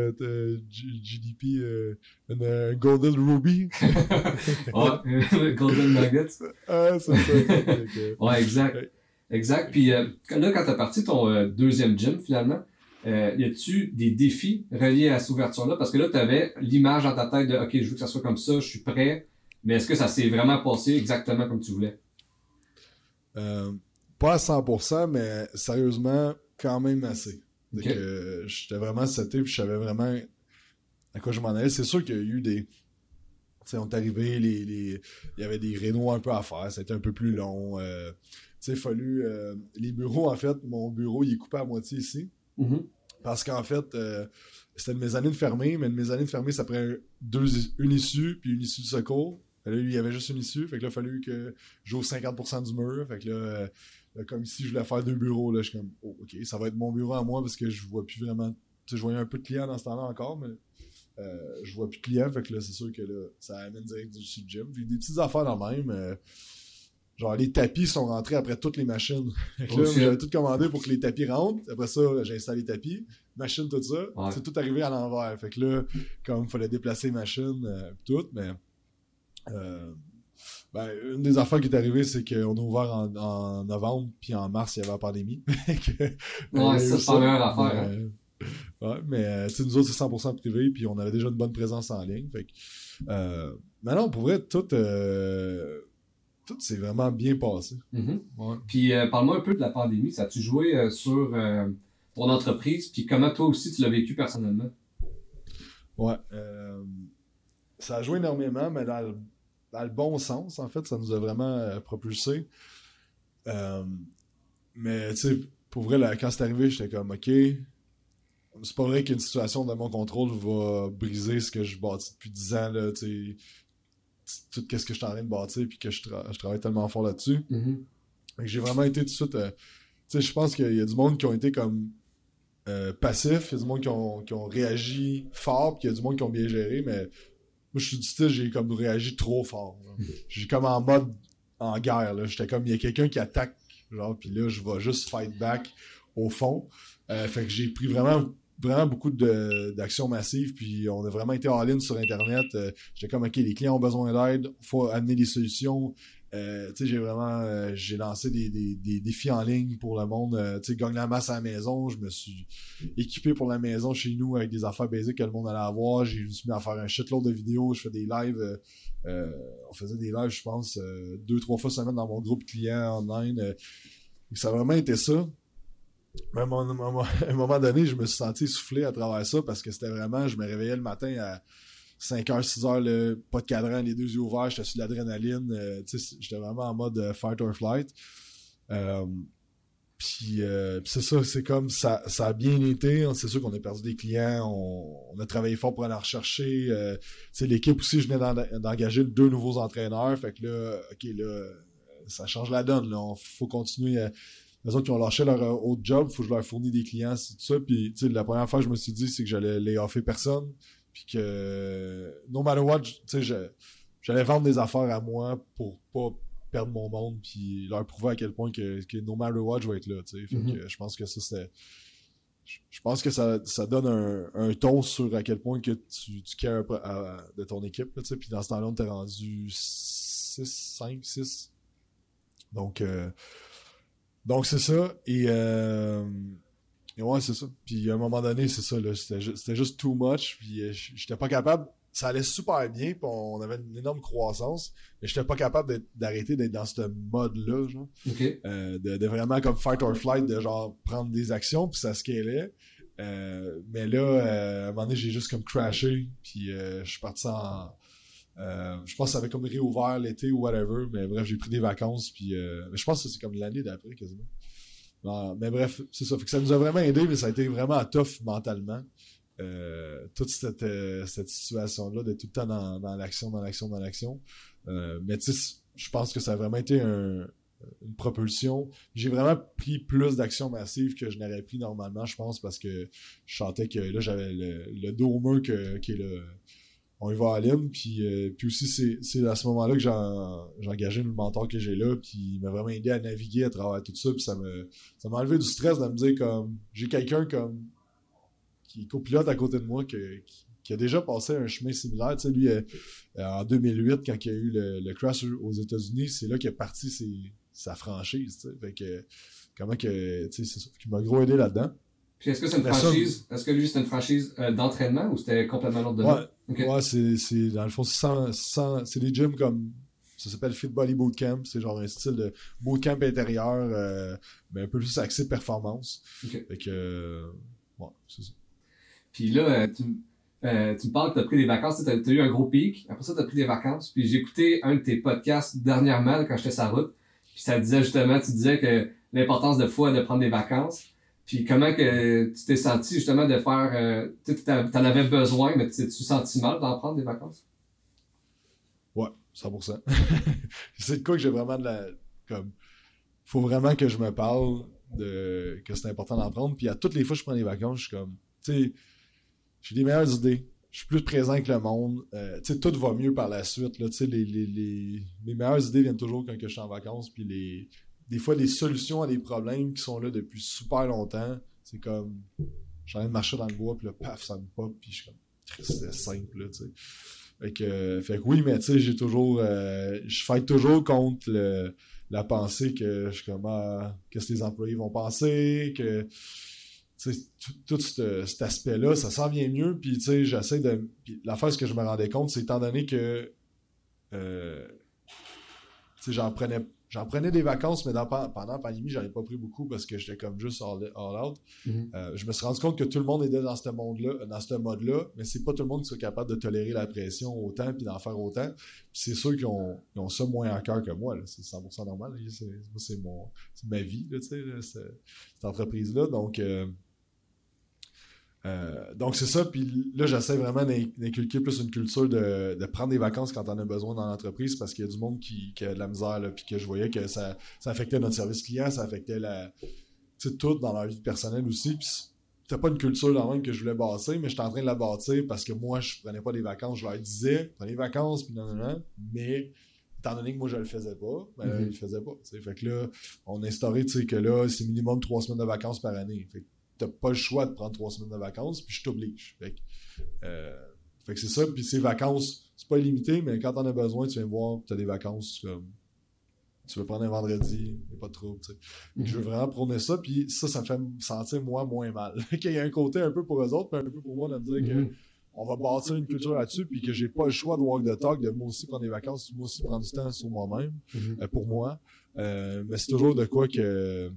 GDP, un Golden Ruby? Ouais, Golden Nuggets. Ah, c'est ça. Ouais, exact. Exact. Puis là, quand t'as parti ton deuxième gym, finalement, y a-tu des défis reliés à cette ouverture-là? Parce que là, t'avais l'image dans ta tête de « OK, je veux que ça soit comme ça, je suis prêt. » Mais est-ce que ça s'est vraiment passé exactement comme tu voulais? Pas à 100%, mais sérieusement, quand même assez. Okay. J'étais vraiment seté, puis je savais vraiment à quoi je m'en allais. C'est sûr qu'il y a eu des... Tu sais, on est arrivé, il y avait des rénaux un peu à faire, ça a été un peu plus long. Tu sais, il fallu... les bureaux, en fait, mon bureau, il est coupé à moitié ici. Parce qu'en fait, c'était une mezzanine fermée, mais une mezzanine fermée, ça prend une issue, puis une issue de secours. Là, il y avait juste une issue, fait que là, il a fallu que j'ouvre 50% du mur. Fait que là, comme ici, je voulais faire 2 bureaux, là, je suis comme, oh, OK, ça va être mon bureau à moi parce que je vois plus vraiment... Tu sais, je voyais un peu de clients dans ce temps-là encore, mais je vois plus de clients, fait que là, c'est sûr que là, ça amène direct du gym. Puis des petites affaires dans le même... genre, les tapis sont rentrés après toutes les machines. Fait que là, j'avais tout commandé pour que les tapis rentrent. Après ça, j'ai installé les tapis, machine, tout ça. Ouais. C'est tout arrivé à l'envers. Fait que là, comme il fallait déplacer les machines, tout, mais... une des affaires qui est arrivée, c'est qu'on a ouvert en novembre, puis en mars, il y avait la pandémie. Ouais, ça, c'est pas la meilleure affaire. Ouais, mais tu sais, nous autres, c'est 100% privé, puis on avait déjà une bonne présence en ligne. Fait que, mais non, pour vrai, tout s'est vraiment bien passé. Mhm. Ouais. Puis parle-moi un peu de la pandémie. Ça a-tu joué sur ton entreprise? Puis comment toi aussi tu l'as vécu personnellement? Ouais. Ça a joué énormément, mais dans le bon sens, en fait, ça nous a vraiment propulsé. Mais tu sais, pour vrai, là, quand c'est arrivé, j'étais comme, OK, c'est pas vrai qu'une situation de mon contrôle va briser ce que je bâtis depuis 10 ans, là, tu sais, tout ce que je suis en train de bâtir, puis que je travaille tellement fort là-dessus. Mhm. Fait que j'ai vraiment été tout de suite. Tu sais, je pense qu'il y a du monde qui ont été comme passifs, il y a du monde qui ont réagi fort, puis il y a du monde qui ont bien géré, mais moi, je suis du style, j'ai comme réagi trop fort. J'ai comme en mode en guerre, là. J'étais comme, il y a quelqu'un qui attaque, genre, puis là, je vais juste fight back au fond. Fait que j'ai pris vraiment beaucoup d'actions massives, puis on a vraiment été all-in sur Internet. J'étais comme, OK, les clients ont besoin d'aide, faut amener des solutions. Tu sais, j'ai lancé des défis en ligne pour le monde. Tu sais, gagne la masse à la maison. Je me suis équipé pour la maison chez nous avec des affaires basiques que le monde allait avoir. J'ai mis à faire un shitload de vidéos. Je fais des lives. On faisait des lives, je pense, 2-3 fois semaine dans mon groupe client online. Ça a vraiment été ça. Mais à un moment donné, je me suis senti essoufflé à travers ça parce que c'était vraiment, je me réveillais le matin à 5h, 6h, pas de cadran, les deux yeux ouverts, j'étais sur l'adrénaline, j'étais vraiment en mode fight or flight. Puis c'est ça, c'est comme ça a bien été. C'est sûr qu'on a perdu des clients, on a travaillé fort pour aller en rechercher. L'équipe aussi, je venais d'engager 2 nouveaux entraîneurs. Fait que là, OK, là, ça change la donne. Là. Faut continuer. Les autres qui ont lâché leur autre job, faut que je leur fournis des clients, c'est tout ça. Puis la première fois, je me suis dit, c'est que j'allais lay offer personne. Puis que no matter what, j'allais vendre des affaires à moi pour pas perdre mon monde puis leur prouver à quel point que no matter what, je vais être là. Fait que je pense que ça, c'est. Je pense que ça donne un ton sur à quel point que tu cares de ton équipe. Puis dans ce temps-là, on était rendu 6, 5, 6. Donc c'est ça. Et ouais, c'est ça. Puis à un moment donné, c'est ça. Là, c'était juste too much. Puis j'étais pas capable. Ça allait super bien. Puis on avait une énorme croissance. Mais j'étais pas capable d'arrêter d'être dans ce mode-là. Genre. Okay. De vraiment comme fight or flight, de genre prendre des actions. Puis ça scalait. Mais là, à un moment donné, j'ai juste comme crashé. Puis je suis parti en. Je pense que ça avait comme réouvert l'été ou whatever, mais bref, j'ai pris des vacances, puis je pense que c'est comme l'année d'après quasiment. Non, mais bref, c'est ça. Fait que ça nous a vraiment aidé, mais ça a été vraiment tough mentalement. Toute cette situation-là, d'être tout le temps dans l'action. Mais tu sais, je pense que ça a vraiment été une propulsion. J'ai vraiment pris plus d'actions massives que je n'aurais pris normalement, je pense, parce que je sentais que là, j'avais le dos au mur qui est le. On y va à l'île, puis aussi c'est à ce moment-là que j'ai engagé le mentor que j'ai là, puis il m'a vraiment aidé à naviguer à travers tout ça, puis ça m'a enlevé du stress de me dire comme j'ai quelqu'un comme qui est copilote à côté de moi qui a déjà passé un chemin similaire. Tu sais, lui, en 2008, quand il y a eu le crash aux États-Unis, c'est là qu'il a parti sa franchise. Tu sais. Fait que comment que tu sais, c'est ça qui m'a gros aidé là-dedans. Puis est-ce que c'est une franchise? Est-ce que lui, c'est une franchise d'entraînement ou c'était complètement l'autre domaine? Ouais, okay. Ouais, c'est dans le fond, c'est des gyms comme ça s'appelle Fit Body Bootcamp. C'est genre un style de bootcamp intérieur, mais un peu plus axé performance. Okay. Fait que, ouais, c'est ça. Puis là, tu me parles que tu as pris des vacances. Tu as eu un gros pic. Après ça, tu as pris des vacances. Puis j'ai écouté un de tes podcasts dernièrement quand j'étais sur la route. Puis ça disait justement, tu disais que l'importance de prendre des vacances. Puis comment que tu t'es senti justement de faire... tu t'en avais besoin, mais tu t'es-tu senti mal d'en prendre des vacances? Ouais, 100%. C'est de quoi que j'ai vraiment comme... Faut vraiment que je me parle que c'est important d'en prendre. Puis à toutes les fois que je prends des vacances, je suis comme... Tu sais, j'ai des meilleures idées. Je suis plus présent que le monde. Tu sais, tout va mieux par la suite. Là, tu sais, les meilleures idées viennent toujours quand je suis en vacances. Puis des fois, des solutions à des problèmes qui sont là depuis super longtemps. C'est comme, je suis en train de marcher dans le bois, puis là, paf, ça me pop, puis je suis comme, c'était simple, là, tu sais. Fait que oui, mais tu sais, j'ai toujours, je fight toujours contre la pensée que je suis comme, qu'est-ce que les employés vont penser, que tu sais, tout cet aspect-là, ça s'en vient mieux, puis tu sais, j'essaie de... Puis l'affaire, ce que je me rendais compte, c'est étant donné que tu sais, j'en prenais des vacances, mais pendant la pandémie, j'en ai pas pris beaucoup parce que j'étais comme juste all out. Je me suis rendu compte que tout le monde était dans ce monde-là, dans ce mode-là, mais c'est pas tout le monde qui soit capable de tolérer la pression autant puis d'en faire autant. Puis c'est ceux qui ont ça moins à cœur que moi, là. C'est 100% normal. Là. C'est ma vie, là, tu sais, là, cette entreprise-là. Donc c'est ça, puis là j'essaie vraiment d'inculquer plus une culture de prendre des vacances quand on a besoin dans l'entreprise parce qu'il y a du monde qui a de la misère, là, puis que je voyais que ça affectait notre service client, ça affectait tout dans leur vie personnelle aussi, puis c'était pas une culture là même que je voulais bâtir, mais j'étais en train de la bâtir parce que moi je prenais pas des vacances, je leur disais prenez des vacances, puis non, mais étant donné que moi je le faisais pas, ben ils le faisaient pas, t'sais. Fait que là on a instauré que là c'est minimum 3 semaines de vacances par année, fait que t'as pas le choix de prendre 3 semaines de vacances, puis je t'oblige. Fait que c'est ça, puis ces vacances, c'est pas illimité, mais quand t'en as besoin, tu viens me voir, t'as des vacances, comme, tu veux prendre un vendredi, y'a pas de trouble, tu sais. Je veux vraiment prôner ça, puis ça me fait me sentir, moi, moins mal. Qu'il y a un côté un peu pour eux autres, mais un peu pour moi, de me dire que on va bâtir une culture là-dessus, puis que j'ai pas le choix de walk the talk, de moi aussi prendre des vacances, moi aussi prendre du temps sur moi-même, pour moi. Mais c'est toujours de quoi que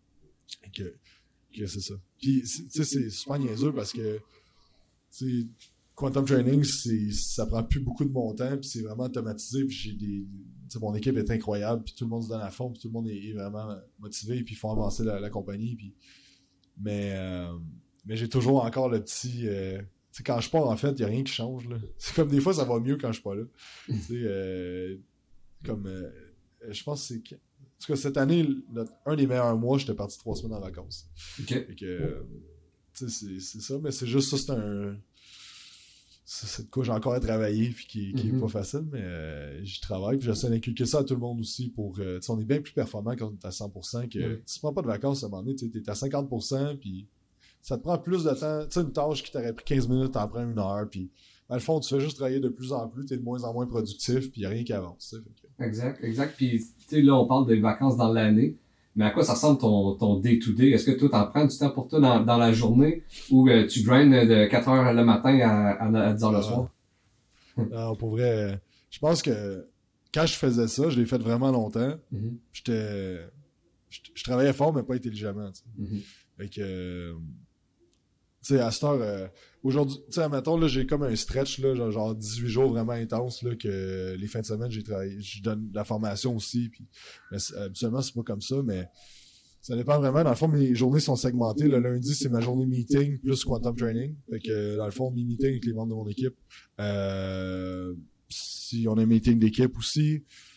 c'est ça. Puis, tu sais, c'est super niaiseux parce que, tu sais, Quantum Training, ça prend plus beaucoup de mon temps, puis c'est vraiment automatisé, puis tu sais, mon équipe est incroyable, puis tout le monde se donne à fond, puis tout le monde est vraiment motivé, puis ils font avancer la compagnie, puis... Mais j'ai toujours encore le petit... tu sais, quand je pars, en fait, il n'y a rien qui change, là. C'est comme des fois, ça va mieux quand je suis pas là. Tu sais, comme... je pense que c'est... En tout cas, cette année, un des meilleurs mois, j'étais parti 3 semaines en vacances. OK. Fait que, tu sais, c'est ça, mais c'est juste ça, c'est de quoi j'ai encore à travailler, puis qui est pas facile, mais j'y travaille, puis j'essaie d'inculquer ça à tout le monde aussi pour, tu sais, on est bien plus performant quand on est à 100%, que tu prends pas de vacances à un moment donné, tu sais, t'es à 50%, puis ça te prend plus de temps, tu sais, une tâche qui t'aurait pris 15 minutes, t'en prends 1 heure, puis dans le fond, tu fais juste travailler de plus en plus, t'es de moins en moins productif, puis y a rien qui avance, tu sais. Exact. Puis, tu sais, là, on parle des vacances dans l'année, mais à quoi ça ressemble ton day-to-day? Est-ce que toi, t'en prends du temps pour toi dans la journée ou tu grindes de 4 heures le matin à 10 heures le soir? Non, pour vrai, je pense que quand je faisais ça, je l'ai fait vraiment longtemps. Je travaillais fort, mais pas intelligemment, tu sais. Fait que, tu sais, à cette heure, aujourd'hui, tu sais, admettons, là, j'ai comme un stretch, là, genre 18 jours vraiment intense, là, que les fins de semaine, j'ai travaillé, je donne de la formation aussi, puis, mais habituellement, c'est pas comme ça, mais ça dépend vraiment. Dans le fond, mes journées sont segmentées. Le lundi, c'est ma journée meeting plus Quantum Training. Fait que, dans le fond, mes meetings avec les membres de mon équipe. Si on a un meeting d'équipe aussi,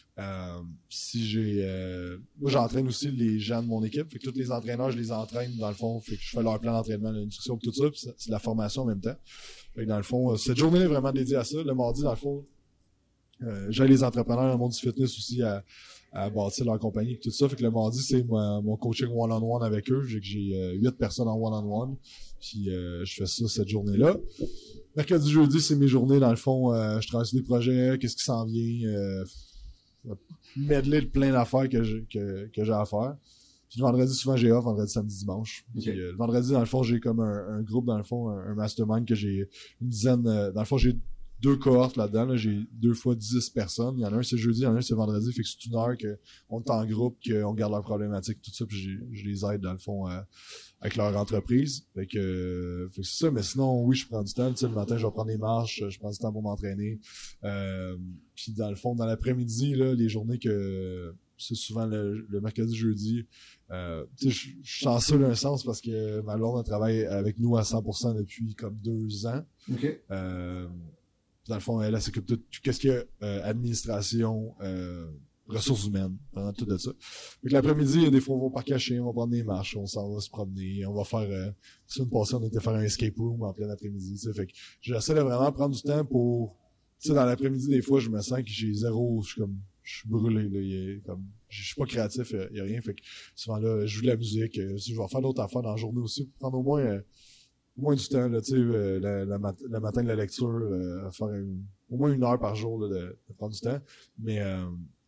moi, j'entraîne aussi les gens de mon équipe. Fait que tous les entraîneurs, je les entraîne dans le fond. Fait que je fais leur plan d'entraînement, la nutrition, tout ça. Puis c'est de la formation en même temps. Fait que dans le fond, cette journée est vraiment dédiée à ça. Le mardi, dans le fond, j'ai les entrepreneurs dans le monde du fitness aussi à bâtir leur compagnie et tout ça. Fait que le mardi, c'est mon coaching one-on-one avec eux. J'ai 8 personnes en one-on-one. Puis je fais ça cette journée-là. Mercredi, jeudi, c'est mes journées. Dans le fond, je travaille sur des projets, qu'est-ce qui s'en vient, medley de plein d'affaires que j'ai à faire. Puis le vendredi, souvent, j'ai off, vendredi, samedi, dimanche. Puis, le vendredi, dans le fond, j'ai comme un groupe, dans le fond, un mastermind que j'ai une dizaine... dans le fond, j'ai 2 cohortes là-dedans. Là. J'ai 2 fois 10 personnes. Il y en a un, c'est jeudi, il y en a un, c'est vendredi. Fait que c'est 1 heure qu'on est en groupe, qu'on garde leurs problématiques, tout ça. Puis je les aide, dans le fond, avec leur entreprise. Fait que c'est ça. Mais sinon, oui, je prends du temps. Tu sais, le matin, je vais prendre des marches. Je prends du temps pour m'entraîner. Puis dans le fond, dans l'après-midi, là, les journées que... C'est souvent le mercredi, jeudi. Tu sais, je suis chanceux d'un sens parce que ma blonde travaille avec nous à 100% depuis comme 2 ans. OK. Dans le fond, elle s'occupe de tout ce qui est administration, ressources humaines, pendant tout de ça. Donc l'après-midi, il y a des fois, on va au parc à chiens, on va prendre des marches, on s'en va se promener, on va faire... la semaine passée, on était faire un escape room en plein après-midi. Tu sais, fait que j'essaie de vraiment prendre du temps pour... Tu sais, dans l'après-midi, des fois, je me sens que j'ai zéro... Je suis brûlé, là. Je suis pas créatif, il y a rien. Fait que souvent, là, je joue de la musique. Je vais faire d'autres affaires dans la journée aussi pour prendre au moins du temps, là, tu sais, le matin de la lecture, faire au moins 1 heure par jour là, de prendre du temps. Mais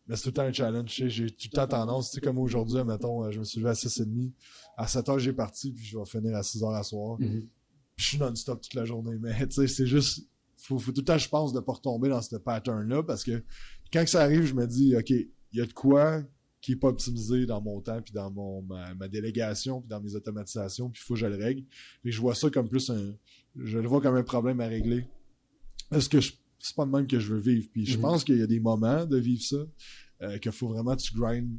Mais c'est tout le temps un challenge. J'ai tout le temps tendance, tu sais, comme aujourd'hui, mettons, je me suis levé à 6h30. À 7h, j'ai parti, puis je vais finir à 6h à soir. Mhm. Puis je suis non-stop toute la journée. Mais tu sais, c'est juste. Faut tout le temps, je pense, de pas retomber dans ce pattern-là. Parce que quand ça arrive, je me dis, OK, il y a de quoi qui est pas optimisé dans mon temps, puis dans ma délégation, puis dans mes automatisations, puis il faut que je le règle. Puis je vois ça comme plus je le vois comme un problème à régler. Est-ce que c'est pas le même que je veux vivre? Puis je pense qu'il y a des moments de vivre ça, qu'il faut vraiment que tu grindes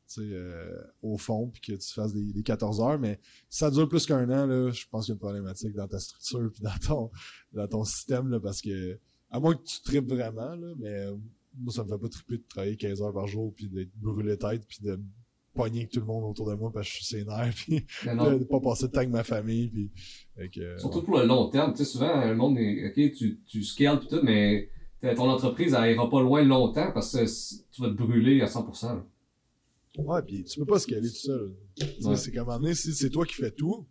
au fond, puis que tu fasses des 14 heures, mais si ça dure plus qu'un an, là, je pense qu'il y a une problématique dans ta structure puis dans ton système, là, parce que, à moins que tu tripes vraiment, là, mais moi, ça me fait pas triper de travailler 15 heures par jour, puis d'être brûlé tête, puis de pogner avec tout le monde autour de moi parce que je suis sénère, puis de pas passer de temps avec ma famille, puis surtout pour le long terme, tu sais, souvent, le monde est, ok, tu scales pis tout, mais ton entreprise, elle ira pas loin longtemps parce que tu vas te brûler à 100%. Là. Ouais, pis tu peux pas scaler tout seul. Ouais. C'est comme à un moment donné, si c'est toi qui fais tout,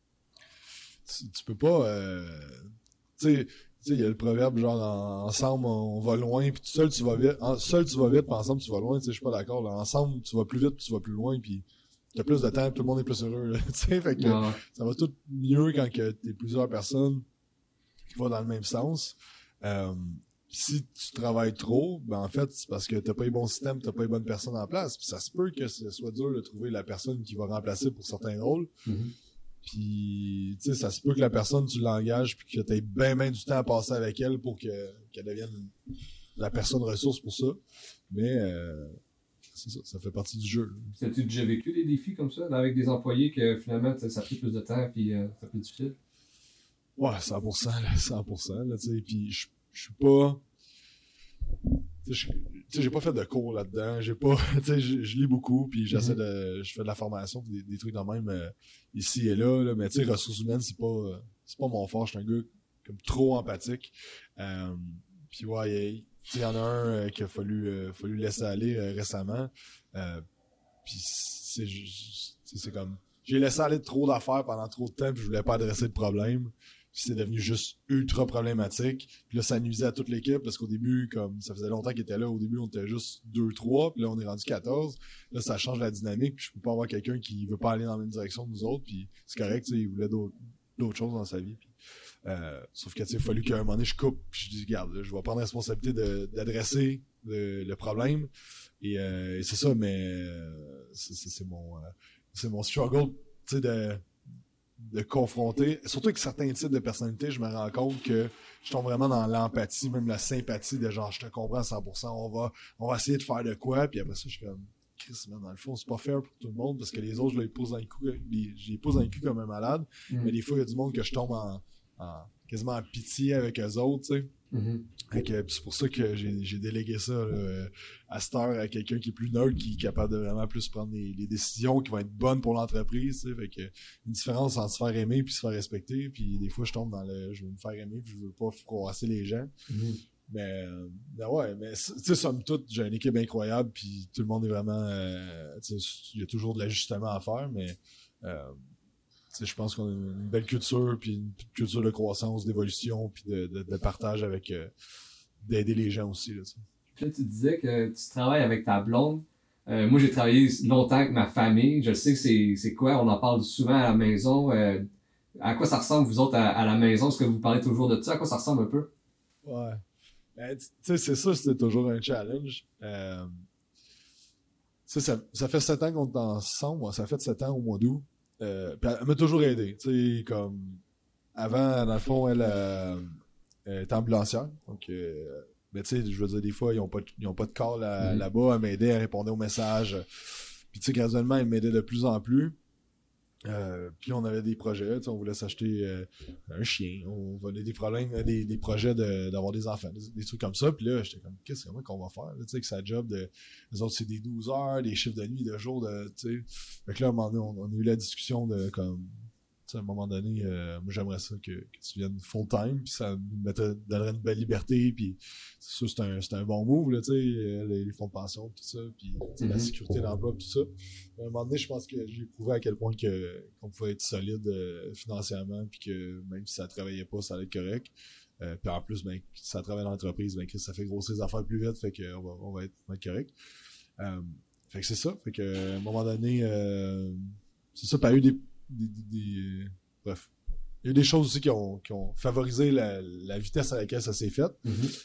tu peux pas, tu sais, il y a le proverbe genre ensemble on va loin, puis tout seul tu vas vite. Seul tu vas vite, puis ensemble tu vas loin. Tu sais, je suis pas d'accord. Là. Ensemble tu vas plus vite, puis tu vas plus loin, puis t'as plus de temps, tout le monde est plus heureux. Tu sais, fait que ça va tout mieux quand que t'es plusieurs personnes qui vont dans le même sens. Si tu travailles trop, ben en fait, c'est parce que t'as pas les bons systèmes, t'as pas les bonnes personnes en place. Puis ça se peut que ce soit dur de trouver la personne qui va remplacer pour certains rôles. Mm-hmm. Puis, tu sais, ça se peut que la personne, tu l'engages, puis que t'aies bien du temps à passer avec elle pour qu'elle devienne la personne ressource pour ça. Mais, c'est ça, ça fait partie du jeu. As-tu déjà vécu des défis comme ça, là, avec des employés que finalement, ça fait plus de temps, puis ça fait difficile? Ouais, 100%, là, 100%, là, tu sais. Puis, je suis pas... Tu sais, j'ai pas fait de cours là-dedans, j'ai pas, tu sais, je lis beaucoup, puis je fais de la formation, des trucs de même ici et là, mais tu sais, ressources humaines, c'est pas mon fort, je suis un gars comme trop empathique. Puis ouais, il y en a un qu'il a fallu laisser aller récemment. Puis c'est comme, j'ai laissé aller trop d'affaires pendant trop de temps, puis je voulais pas adresser le problème. Puis c'est devenu juste ultra problématique. Puis là, ça nuisait à toute l'équipe parce qu'au début, comme ça faisait longtemps qu'il était là, au début, on était juste 2-3, puis là, on est rendu 14. Là, ça change la dynamique, puis je peux pas avoir quelqu'un qui veut pas aller dans la même direction que nous autres, puis c'est correct, tu sais, il voulait d'autres choses dans sa vie. Puis, sauf que, tu sais, il a fallu qu'à un moment donné, je coupe, puis je dis, regarde, là, je vais prendre la responsabilité d'adresser le problème. Et c'est ça, mais c'est mon struggle, tu sais, de confronter, surtout avec certains types de personnalités, je me rends compte que je tombe vraiment dans l'empathie, même la sympathie de genre, je te comprends à 100%, on va essayer de faire de quoi, puis après ça, je suis comme, Chris, man, dans le fond, c'est pas fair pour tout le monde, parce que les autres, je les pose dans le cul comme un malade, mais des fois, il y a du monde que je tombe quasiment en pitié avec eux autres, tu sais. C'est pour ça que j'ai délégué ça là, à cette heure à quelqu'un qui est plus neutre, qui est capable de vraiment plus prendre les décisions qui vont être bonnes pour l'entreprise. Fait que une différence entre se faire aimer puis se faire respecter. Puis des fois je tombe dans je veux me faire aimer puis je veux pas froisser les gens. Mais ouais, mais tu sais, somme toute, j'ai une équipe incroyable puis tout le monde est vraiment il y a toujours de l'ajustement à faire, mais je pense qu'on a une belle culture, puis une culture de croissance, d'évolution, puis de partage avec d'aider les gens aussi. Là, puis là, tu disais que tu travailles avec ta blonde. Moi, j'ai travaillé longtemps avec ma famille. Je sais que c'est quoi. On en parle souvent à la maison. À quoi ça ressemble, vous autres, à la maison? Est-ce que vous parlez toujours de ça? À quoi ça ressemble un peu? Ouais. Ben, tu sais, c'est ça, c'était toujours un challenge. Ça fait 7 ans qu'on est ensemble. Moi, ça fait 7 ans au mois d'août. Puis elle m'a toujours aidé, tu sais, comme avant, dans le fond, elle était ambulancière, donc mais tu sais, je veux dire, des fois, ils ont pas de call là-bas, elle m'aidait, elle répondait aux messages, puis tu sais, graduellement, elle m'aidait de plus en plus. Puis on avait des projets, on voulait s'acheter un chien, on avait des problèmes, des projets d'avoir des enfants, des trucs comme ça. Puis là, j'étais comme, qu'est-ce qu'on va faire? Tu sais, que sa job les autres, c'est des 12 heures, des chiffres de nuit, de jour, tu sais. Fait que là, à un moment donné, on a eu la discussion de comme, tu sais, à un moment donné, moi j'aimerais ça que tu viennes full-time, puis ça nous donnerait une belle liberté, puis c'est sûr, c'est un bon move, là, tu sais, les fonds de pension, tout ça, puis la sécurité d'emploi, tout ça. À un moment donné, je pense que j'ai prouvé à quel point qu'on pouvait être solide financièrement, puis que même si ça travaillait pas, ça allait être correct. Puis en plus, ben, ça travaille dans l'entreprise, ben, ça fait grossir les affaires plus vite, fait qu'on on va être correct. Fait que c'est ça. Fait que, à un moment donné, c'est ça, puis il y a eu bref. Il y a eu des choses aussi qui ont favorisé la vitesse à laquelle ça s'est fait,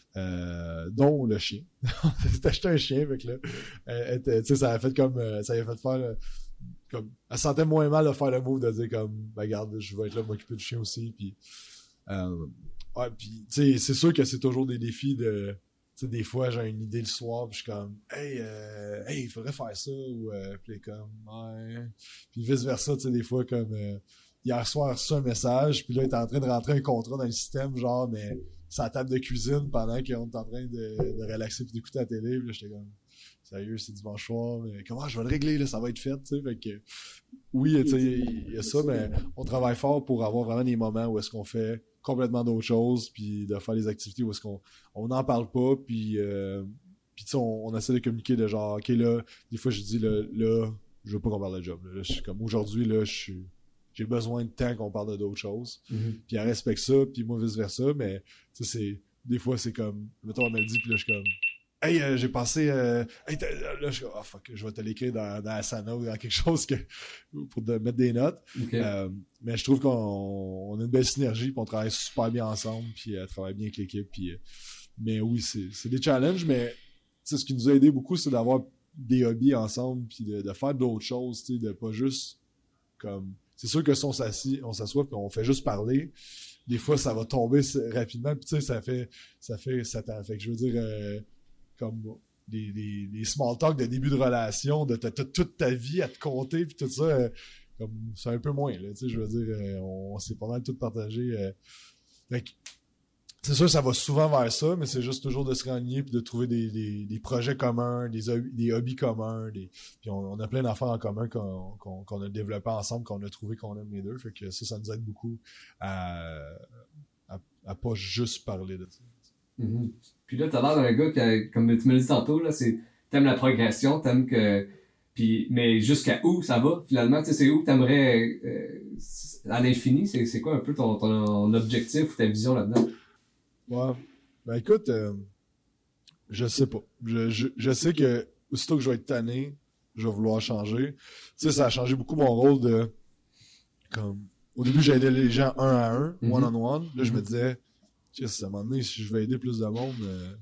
dont le chien. J'ai acheté un chien, fait que là, tu sais, ça a fait comme, ça avait fait faire, comme, elle sentait moins mal de faire le move de dire comme, ben, regarde, je vais être là pour m'occuper du chien aussi, puis, ouais, puis, tu sais, c'est sûr que c'est toujours des défis de, tu sais, des fois, j'ai une idée le soir, puis je suis comme, hey, il faudrait faire ça, ou, puis comme, ouais, puis vice-versa, tu sais, des fois, comme, hier soir, j'ai reçu un message, puis là, il est en train de rentrer un contrat dans le système, genre, mais c'est à la table de cuisine pendant qu'on est en train de relaxer puis d'écouter la télé, puis là, j'étais comme, sérieux, c'est dimanche soir, mais comment je vais le régler, là, ça va être fait, tu sais, fait que, oui, tu sais, il y a ça, mais on travaille fort pour avoir vraiment des moments où est-ce qu'on fait complètement d'autres choses, puis de faire des activités où est-ce qu'on n'en parle pas, puis tu sais, on essaie de communiquer de genre, ok, là, des fois, je dis, là, je veux pas qu'on parle de job, là, je suis comme, aujourd'hui, là, j'ai besoin de temps qu'on parle d'autres choses. Puis elle respecte ça, puis moi vice-versa, mais tu sais, des fois, c'est comme, mettons, elle me le dit, puis là, je suis comme, hey, j'ai passé, hey, là, je suis comme, oh fuck, je vais te l'écrire dans Asana ou dans quelque chose pour te mettre des notes. Okay. Mais je trouve qu'on a une belle synergie, puis on travaille super bien ensemble, puis elle travaille bien avec l'équipe, puis, mais oui, c'est des challenges, mais ce qui nous a aidé beaucoup, c'est d'avoir des hobbies ensemble, puis de faire d'autres choses, tu sais, de pas juste comme. C'est sûr que si on s'assoit puis on fait juste parler, des fois ça va tomber rapidement, puis tu sais, ça fait que je veux dire, comme des small talk de début de relation, de toute ta vie à te compter, puis tout ça, comme c'est un peu moins, là, tu sais, je veux dire, on s'est pas mal tout partagé. Fait que, c'est sûr, ça va souvent vers ça, mais c'est juste toujours de se réunir puis de trouver des projets communs, des hobbies communs. Puis on a plein d'affaires en commun qu'on a développé ensemble, qu'on a trouvé qu'on aime les deux. Fait que ça nous aide beaucoup à pas juste parler de ça. Mm-hmm. Puis là, t'as l'air d'un gars qui, comme tu me l'as dit tantôt, là, t'aimes la progression, t'aimes que. Puis, mais jusqu'à où ça va, finalement? Tu sais, c'est où que t'aimerais à l'infini? C'est quoi un peu ton objectif ou ta vision là-dedans? Ouais. Ben écoute, je sais pas. Je sais que aussitôt que je vais être tanné, je vais vouloir changer. Tu sais, ça a changé beaucoup mon rôle de. Comme, au début, j'aidais les gens un à un, one-on-one. Là, je me disais, à un moment donné, si je veux aider plus de monde,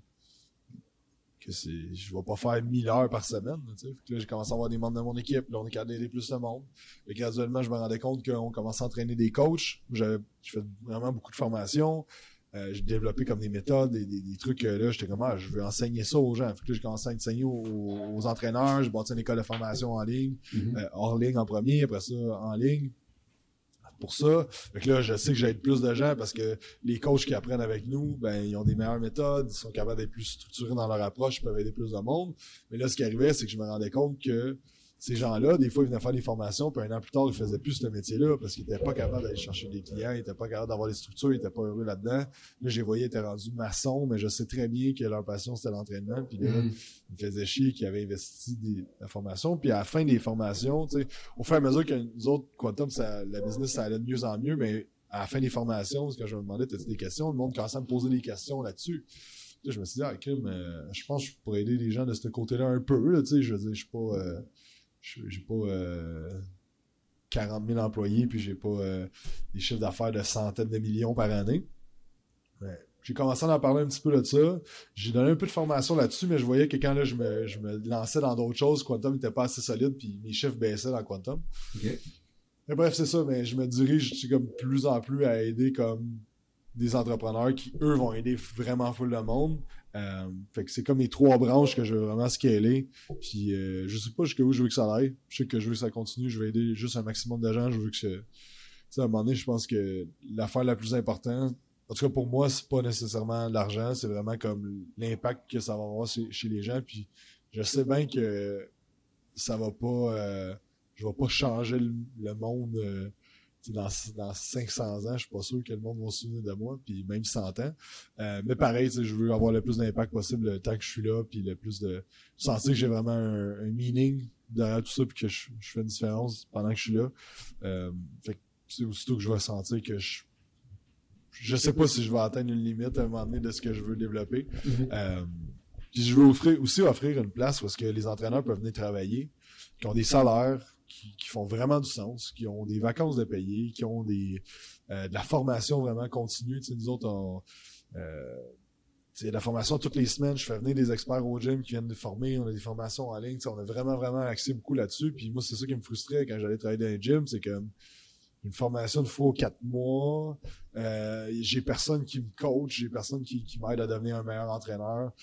je vais pas faire 1000 heures par semaine. Tu sais. Là, j'ai commencé à avoir des membres de mon équipe. Là, on est capable d'aider plus de monde. Et graduellement, je me rendais compte qu'on commençait à entraîner des coachs. Je fais vraiment beaucoup de formations. J'ai développé comme des méthodes, des trucs là, j'étais comme je veux enseigner ça aux gens. Fait que là, j'ai commencé à enseigner aux entraîneurs, j'ai bâti une école de formation en ligne, hors ligne en premier, après ça en ligne. Pour ça, fait que là, je sais que j'aide plus de gens parce que les coachs qui apprennent avec nous, ben, ils ont des meilleures méthodes, ils sont capables d'être plus structurés dans leur approche, ils peuvent aider plus de monde. Mais là, ce qui arrivait, c'est que je me rendais compte que ces gens-là, des fois, ils venaient faire des formations, puis un an plus tard, ils faisaient plus ce métier-là parce qu'ils n'étaient pas capables d'aller chercher des clients, ils n'étaient pas capables d'avoir des structures, ils n'étaient pas heureux là-dedans. Là, j'ai voyé, ils étaient rendus maçons, mais je sais très bien que leur passion, c'était l'entraînement. Puis là, ils me faisaient chier qu'ils avaient investi la formation. Puis à la fin des formations, tu sais, au fur et à mesure que nous autres, Quantum, la business, ça allait de mieux en mieux, mais à la fin des formations, quand je me demandais, t'as-tu des questions, le monde commençait à me poser des questions là-dessus. Là, je me suis dit, je pense que je pourrais aider les gens de ce côté-là un peu, là, tu sais, je veux dire, je suis pas... j'ai pas 40 000 employés puis j'ai pas des chiffres d'affaires de centaines de millions par année. Mais j'ai commencé à en parler un petit peu de ça. J'ai donné un peu de formation là-dessus, mais je voyais que quand là, je me lançais dans d'autres choses, Quantum n'était pas assez solide puis mes chiffres baissaient dans Quantum. Okay. Mais bref, c'est ça, mais je me dirige comme plus en plus à aider comme des entrepreneurs qui, eux, vont aider vraiment full le monde. Fait que c'est comme les 3 branches que je veux vraiment scaler. Puis je sais pas jusqu'où je veux que ça aille. Je sais que je veux que ça continue. Je veux aider juste un maximum de gens. Je veux que tu sais, à un moment donné, je pense que l'affaire la plus importante, en tout cas pour moi, c'est pas nécessairement l'argent. C'est vraiment comme l'impact que ça va avoir chez les gens. Puis je sais bien que ça va pas... je vais pas changer le monde... dans 500 ans, je suis pas sûr que le monde va se souvenir de moi, puis même 100 ans. Mais pareil, je veux avoir le plus d'impact possible le temps que je suis là, puis le plus de sentir que j'ai vraiment un meaning derrière tout ça, puis que je fais une différence pendant que je suis là. Fait que c'est aussitôt que je vais sentir que je sais pas si je vais atteindre une limite à un moment donné de ce que je veux développer. Mhm. Puis je veux aussi offrir une place où est-ce que les entraîneurs peuvent venir travailler, qui ont des salaires qui font vraiment du sens, qui ont des vacances de payer, qui ont de la formation vraiment continue. Tu sais, nous autres, la formation toutes les semaines, je fais venir des experts au gym qui viennent nous former, on a des formations en ligne, on a vraiment axé beaucoup là-dessus. Puis moi, c'est ça qui me frustrait quand j'allais travailler dans un gym, c'est que une formation de fois aux 4 mois, j'ai personne qui me coach, j'ai personne qui m'aide à devenir un meilleur entraîneur.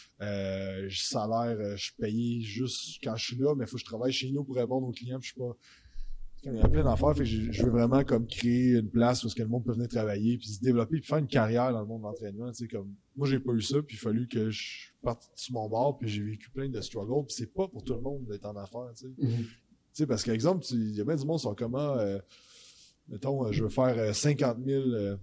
Je suis payé juste quand je suis là, mais il faut que je travaille chez nous pour répondre aux clients, puis je suis pas. Il y a plein d'affaires, fait que je veux vraiment comme créer une place où le monde peut venir travailler, puis se développer, puis faire une carrière dans le monde de l'entraînement. Tu sais, comme moi j'ai pas eu ça, puis il a fallu que je parte sur mon bord, puis j'ai vécu plein de struggles, puis c'est pas pour tout le monde d'être en affaires. Tu sais, parce qu'exemple, il y a bien du monde qui sont comment, mettons, je veux faire 50 000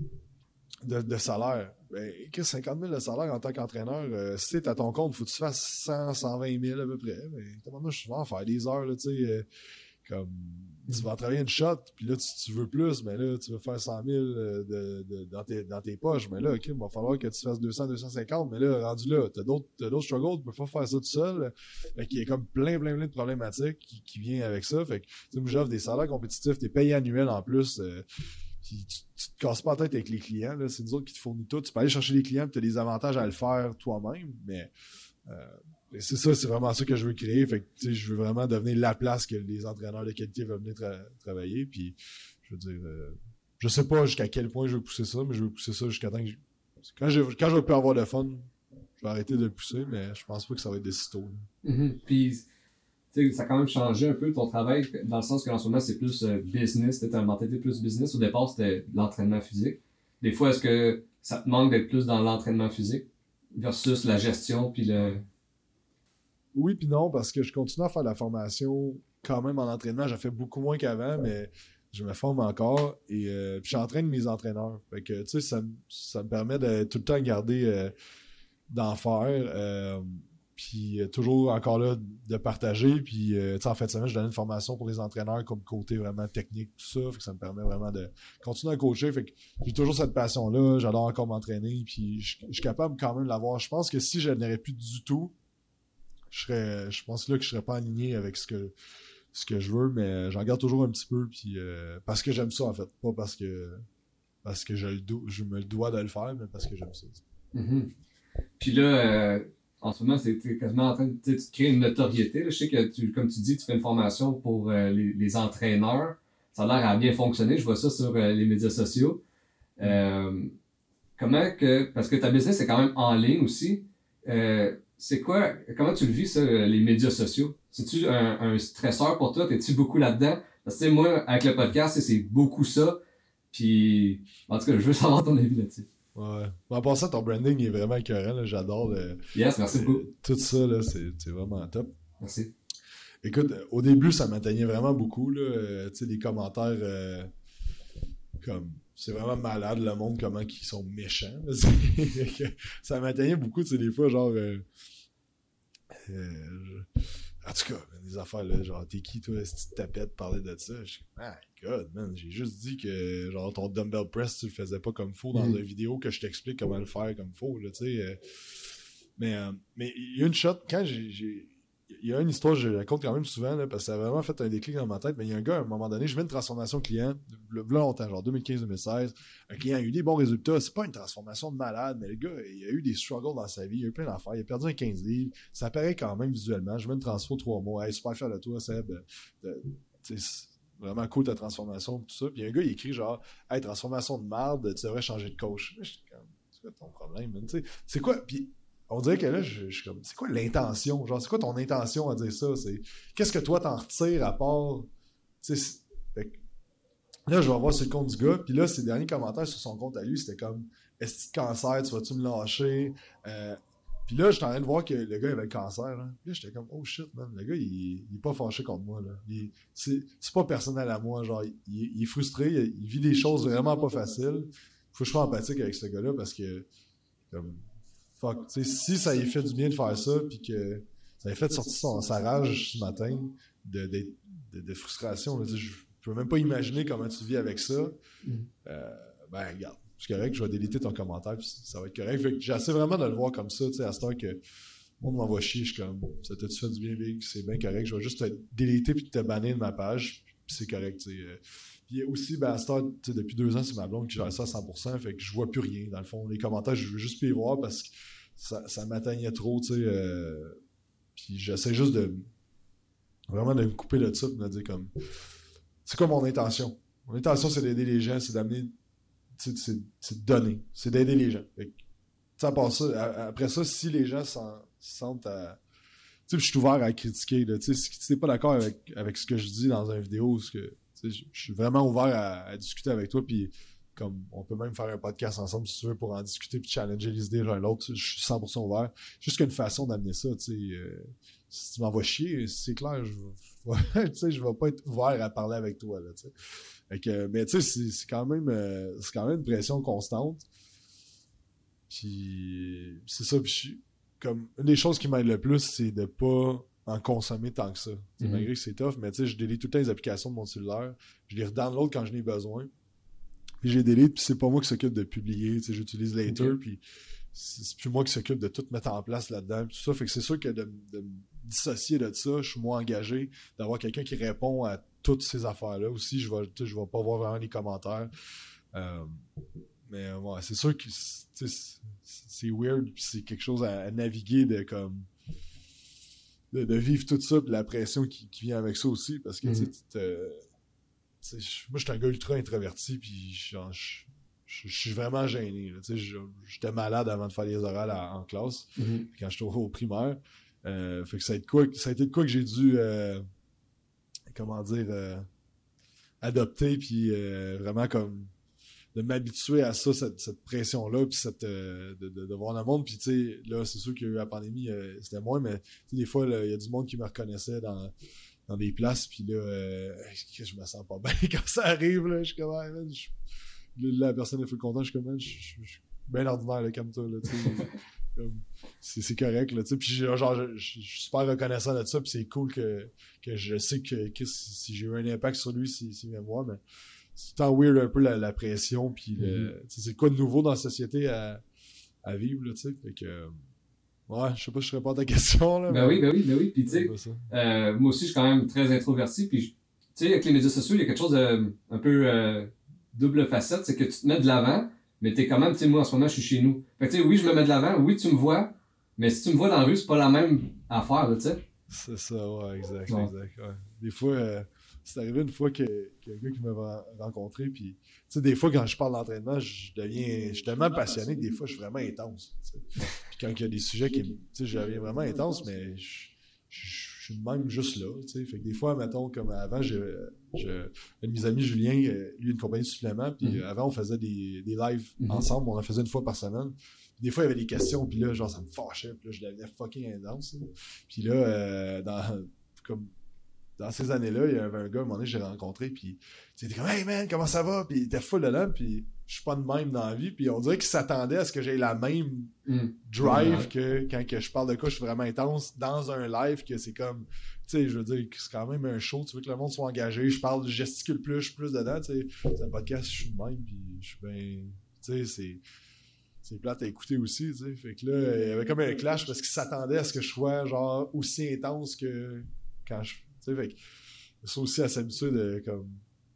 de salaire. Ben, qu'est-ce 50 000 de salaire en tant qu'entraîneur? Si t'es à ton compte, faut que tu fasses 100, 120 000 à peu près. Mais moi, je suis souvent à faire des heures, là, tu sais. Comme tu vas travailler une shot, puis là tu veux plus, mais là tu veux faire 100 000 dans tes poches, mais là ok, il va falloir que tu fasses 200, 250, mais là rendu là, t'as d'autres struggles, tu peux pas faire ça tout seul. Fait qu'il y a comme plein de problématiques qui viennent avec ça. Fait que tu sais, j'offre des salaires compétitifs, t'es payé annuel en plus. Puis tu te casses pas la tête avec les clients, là, c'est nous autres qui te fournissent tout. Tu peux aller chercher les clients, puis tu as des avantages à le faire toi-même, mais c'est ça, c'est vraiment ça que je veux créer. Fait que, tu sais, je veux vraiment devenir la place que les entraîneurs de qualité veulent venir travailler. Puis, je veux dire, je sais pas jusqu'à quel point je veux pousser ça, mais je veux pousser ça jusqu'à temps que quand je vais plus avoir de fun, je vais arrêter de le pousser, mais je pense pas que ça va être de sitôt. Puis, tu sais, ça a quand même changé un peu ton travail, dans le sens que en ce moment, c'est plus business, t'as une mentalité plus business. Au départ, c'était de l'entraînement physique. Des fois, est-ce que ça te manque d'être plus dans l'entraînement physique versus la gestion, puis le... Oui puis non, parce que je continue à faire la formation quand même en entraînement. J'en fais beaucoup moins qu'avant, mais je me forme encore et puis j'entraîne mes entraîneurs. Fait que, tu sais, ça me permet de tout le temps garder d'en faire. Puis toujours encore là de partager. Puis, tu sais, en fin de semaine, je donne une formation pour les entraîneurs comme côté vraiment technique, tout ça. Fait que ça me permet vraiment de continuer à coacher. Fait que j'ai toujours cette passion-là. J'adore encore m'entraîner. Puis je suis capable quand même de l'avoir. Je pense que si je n'aurais plus du tout, je pense là que je serais pas aligné avec ce que je veux, mais j'en garde toujours un petit peu, puis parce que j'aime ça en fait, pas parce que je me le dois de le faire, mais parce que j'aime ça. Puis là, en ce moment, t'es quasiment en train de tu crées une notoriété. Là. Je sais que comme tu dis, tu fais une formation pour les entraîneurs. Ça a l'air à bien fonctionner. Je vois ça sur les médias sociaux. Parce que ta business est quand même en ligne aussi. Comment tu le vis, ça, les médias sociaux? C'est-tu un stresseur pour toi? T'es-tu beaucoup là-dedans? Parce que, moi, avec le podcast, c'est beaucoup ça. Puis, en tout cas, je veux savoir ton avis là-dessus. Ouais. En passant, ton branding est vraiment écœurant, là. J'adore. Yes, merci beaucoup. Tout ça, là, c'est vraiment top. Merci. Écoute, au début, ça m'atteignait vraiment beaucoup, là. Tu sais, les commentaires, comme... C'est vraiment malade, le monde, comment ils sont méchants. Ça m'atteignait beaucoup, tu sais, des fois, genre... en tout cas, des affaires, là, genre, t'es qui, toi, si tu tapais de parler de ça? Je suis comme, ah, God, man, j'ai juste dit que, genre, ton dumbbell press, tu le faisais pas comme faut dans une vidéo, que je t'explique comment le faire comme faut, là, tu sais. Mais il y a une shot, quand il y a une histoire, je la raconte quand même souvent, là, parce que ça a vraiment fait un déclic dans ma tête. Mais il y a un gars, à un moment donné, je viens de transformation client, longtemps, genre 2015-2016. Un client a eu des bons résultats. C'est pas une transformation de malade, mais le gars, il a eu des struggles dans sa vie. Il a eu plein d'affaires. Il a perdu un 15 livres. Ça apparaît quand même visuellement. Je viens de transfo 3 mois. Hey, super fier de toi, Seb. Vraiment cool ta transformation, tout ça. Puis il y a un gars, il écrit genre, hey, transformation de marde, tu devrais changer de coach. C'est quoi ton problème, man? T'sais, c'est quoi? Puis on dirait que là, je suis comme, c'est quoi l'intention? Genre, c'est quoi ton intention à dire ça? Qu'est-ce que toi t'en retires à part. Là, je vais voir sur le compte du gars, puis là, ses derniers commentaires sur son compte à lui, c'était comme, est-ce que cancer, tu vas-tu me lâcher? Puis là, j'étais en train de voir que le gars avait le cancer. Là, puis là j'étais comme, oh shit, man, le gars, il est pas fâché contre moi. Là. C'est pas personnel à moi. Genre, il est frustré, il vit des choses vraiment pas faciles. Faut que je sois empathique avec ce gars-là parce que, comme, fuck, tu sais, si ça lui fait du bien de faire ça, puis que ça lui fait sortir sa rage ce matin de frustration, là, je peux même pas imaginer comment tu vis avec ça. Ben, regarde, c'est correct, je vais déliter ton commentaire, puis ça va être correct. Fait que j'essaie vraiment de le voir comme ça, tu sais, à cette heure que le monde m'envoie chier, je suis comme, ça t'a-tu fait du bien, Big, c'est bien correct, je vais juste te déliter puis te banner de ma page, puis c'est correct, tu sais. Puis aussi, ben, à cette heure, tu sais, depuis 2 ans, c'est ma blonde qui gère ça à 100%, fait que je vois plus rien, dans le fond. Les commentaires, je veux juste plus les voir parce que ça m'atteignait trop, tu sais. Puis j'essaie juste vraiment de me couper de ça, de me dire comme, c'est quoi mon intention? Mon intention, c'est d'aider les gens, c'est d'amener, c'est de donner, c'est d'aider les gens. Fait que, à part ça, après ça, si les gens se sentent à... Tu sais, je suis ouvert à critiquer, là, tu sais, si tu n'es pas d'accord avec ce que je dis dans une vidéo, je suis vraiment ouvert à discuter avec toi, puis comme on peut même faire un podcast ensemble si tu veux pour en discuter puis challenger les idées l'un l'autre, je suis 100% ouvert. Juste qu'une façon d'amener ça, tu sais, si tu m'envoies chier, c'est clair, je vais pas être ouvert à parler avec toi, là, tu sais. Fait que, mais tu sais, c'est quand même une pression constante. Puis c'est ça, puis comme une des choses qui m'aide le plus, c'est de pas en consommer tant que ça. Malgré que c'est tough, mais tu sais, je délite tout le temps les applications de mon cellulaire. Je les redownload quand je n'ai besoin. Puis je les délite, puis c'est pas moi qui s'occupe de publier. Tu sais, j'utilise Later, puis c'est plus moi qui s'occupe de tout mettre en place là-dedans. Tout ça, fait que c'est sûr que de me dissocier de ça, je suis moins engagé, d'avoir quelqu'un qui répond à toutes ces affaires-là. Aussi, je vais pas voir vraiment les commentaires. Mais ouais, c'est sûr que c'est weird, puis c'est quelque chose à naviguer de comme de vivre tout ça, puis la pression qui vient avec ça aussi, parce que moi je suis un gars ultra introverti, puis je suis vraiment gêné. J'étais malade avant de faire les orales en classe, quand j'étais au primaire. Fait que ça a été de quoi que j'ai dû adopter, puis vraiment comme de m'habituer à ça, cette pression-là, puis de voir le monde. Puis, tu sais, là, c'est sûr qu'il y a eu la pandémie, c'était moins, mais des fois, il y a du monde qui me reconnaissait dans des places, puis là, je me sens pas bien quand ça arrive, là. Je suis comme, ah, man, la personne est full contente, je suis comme, man, je suis bien ordinaire, là, comme toi, là, tu sais. C'est correct, là, tu sais. Puis, genre, je suis super reconnaissant de ça, puis c'est cool que je sais que si j'ai eu un impact sur lui, s'il vient me voir, mais c'est tout le temps weird un peu la pression, puis c'est quoi de nouveau dans la société à vivre, là, tu sais. Fait que, ouais, je sais pas si je réponds à ta question, là. Ben oui. Puis, tu sais, moi aussi, je suis quand même très introverti, puis, tu sais, avec les médias sociaux, il y a quelque chose de un peu double facette, c'est que tu te mets de l'avant, mais t'es quand même, tu sais, moi, en ce moment, je suis chez nous. Fait que, tu sais, oui, je me mets de l'avant, oui, tu me vois, mais si tu me vois dans la rue, c'est pas la même affaire, là, tu sais. C'est ça, ouais, exact. Ouais. Des fois, c'est arrivé une fois qu'il y a un gars qui m'a rencontré, puis, tu sais, des fois, quand je parle d'entraînement, je suis tellement passionné que des fois, je suis vraiment intense, tu sais. Puis quand il y a des sujets qui, tu sais, je deviens vraiment intense, mais je suis même juste là, tu sais. Fait que des fois, mettons, comme avant, un de mes amis, Julien, lui, une compagnie de suppléments, puis avant, on faisait des lives ensemble, on en faisait une fois par semaine. Des fois, il y avait des questions, puis là, genre, ça me fâchait, puis là, je devenais fucking intense. Puis là, dans ces années-là, il y avait un gars, à un moment donné, que j'ai rencontré, puis il était comme « Hey man, comment ça va? » Puis il était full dedans, puis je suis pas de même dans la vie, puis on dirait qu'il s'attendait à ce que j'aie la même drive que quand que je parle de quoi je suis vraiment intense dans un live, que c'est comme, tu sais, je veux dire, que c'est quand même un show, tu veux que le monde soit engagé, je parle, je gesticule plus, je suis plus dedans, tu sais, c'est un podcast, je suis de même, puis je suis bien, tu sais, c'est plate à écouter aussi, tu sais, fait que là, il y avait comme un clash parce qu'il s'attendait à ce que je sois, genre, aussi intense que quand je... Tu sais, fait que c'est aussi à s'habituer de, comme...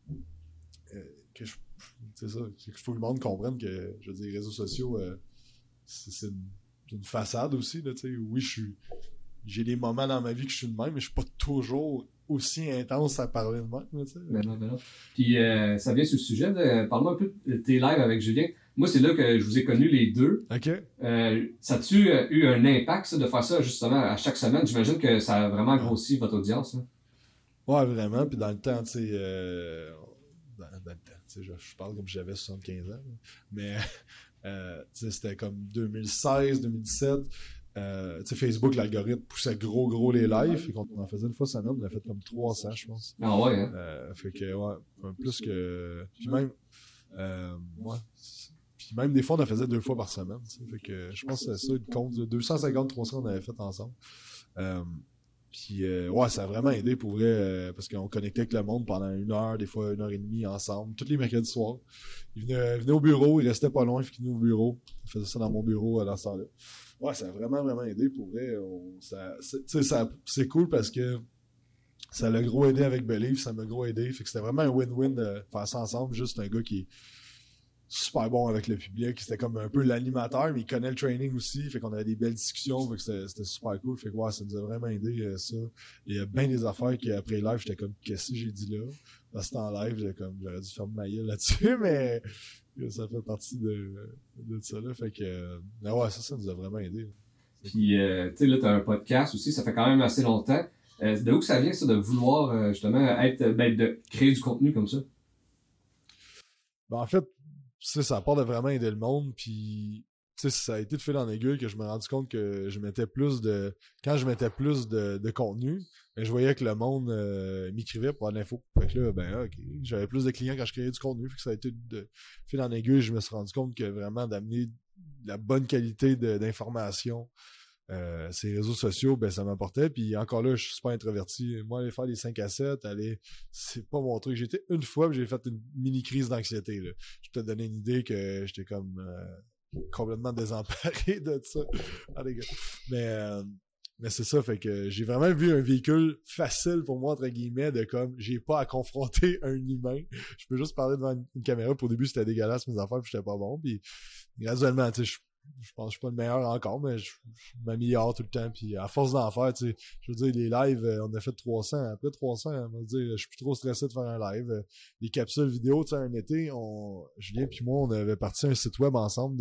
c'est ça, il faut que le monde comprenne que, je veux dire, les réseaux sociaux, c'est une façade aussi, là, tu sais. Oui, j'ai des moments dans ma vie que je suis de même, mais je suis pas toujours aussi intense à parler de même, tu sais. Ben non. Puis, ça vient sur le sujet, parle-moi un peu de tes lives avec Julien. Moi, c'est là que je vous ai connus les deux. OK. Ça a-tu eu un impact, ça, de faire ça, justement, à chaque semaine? J'imagine que ça a vraiment grossi votre audience, hein? Ouais, vraiment. Puis dans le temps, tu sais, dans le temps, tu sais, je parle comme si j'avais 75 ans. Là. Mais, tu sais, c'était comme 2016, 2017. Tu sais, Facebook, l'algorithme poussait gros les lives. Fait qu'on en faisait une fois semaine. On a fait comme 300, je pense. Ah ouais, hein? Fait que, ouais, plus que... Puis même... ouais. Puis même des fois, on en faisait 2 fois par semaine. T'sais. Fait que je pense que c'est ça, une compte de 250-300 on avait fait ensemble. Puis, ouais, ça a vraiment aidé pour vrai, parce qu'on connectait avec le monde pendant 1 heure, des fois 1 heure et demie ensemble, tous les mercredis soirs. Il venait au bureau, il restait pas loin, il venait au bureau. Il faisait ça dans mon bureau dans ce temps-là. Ouais, ça a vraiment, vraiment aidé pour vrai. C'est cool parce que ça l'a gros aidé avec Believe, ça m'a gros aidé. Fait que c'était vraiment un win-win de faire ça ensemble. Juste un gars qui est super bon avec le public. C'était comme un peu l'animateur, mais il connaît le training aussi. Fait qu'on avait des belles discussions. Fait que c'était super cool. Fait que ouais, ça nous a vraiment aidé, ça. Il y a bien des affaires qu'après live, j'étais comme, qu'est-ce que j'ai dit là? Parce que c'était en live, j'aurais dû fermer ma gueule là-dessus, mais ça fait partie de ça là. Fait que, ouais, ça nous a vraiment aidé. Puis, tu sais, là, t'as un podcast aussi, ça fait quand même assez longtemps. De où ça vient, ça, de vouloir, justement, de créer du contenu comme ça? Ben, en fait, ça part de vraiment aider le monde, puis ça a été de fil en aiguille que je me suis rendu compte que quand je mettais plus de contenu, ben, je voyais que le monde m'écrivait pour avoir de l'info. Fait que là, ben ok, j'avais plus de clients quand je créais du contenu, fait que ça a été de fil en aiguille, je me suis rendu compte que vraiment d'amener la bonne qualité d'information, ces réseaux sociaux, ben ça m'apportait. Puis encore là, je suis super introverti. Moi, aller faire des 5 à 7, c'est pas mon truc. J'ai été une fois, puis j'ai fait une mini crise d'anxiété. Là. Je peux te donner une idée que j'étais comme complètement désemparé de ça. Ah, les gars. Mais c'est ça, fait que j'ai vraiment vu un véhicule facile pour moi, entre guillemets, de comme, j'ai pas à confronter un humain. Je peux juste parler devant une caméra. Pour au début, c'était dégueulasse mes affaires, puis j'étais pas bon. Puis graduellement, tu sais, je pense que je suis pas le meilleur encore, mais je m'améliore tout le temps. Puis à force d'en faire, tu sais, je veux dire, les lives, on a fait 300. Après 300, on va dire, je suis plus trop stressé de faire un live. Les capsules vidéo, tu sais, un été, Julien puis moi, on avait parti un site web ensemble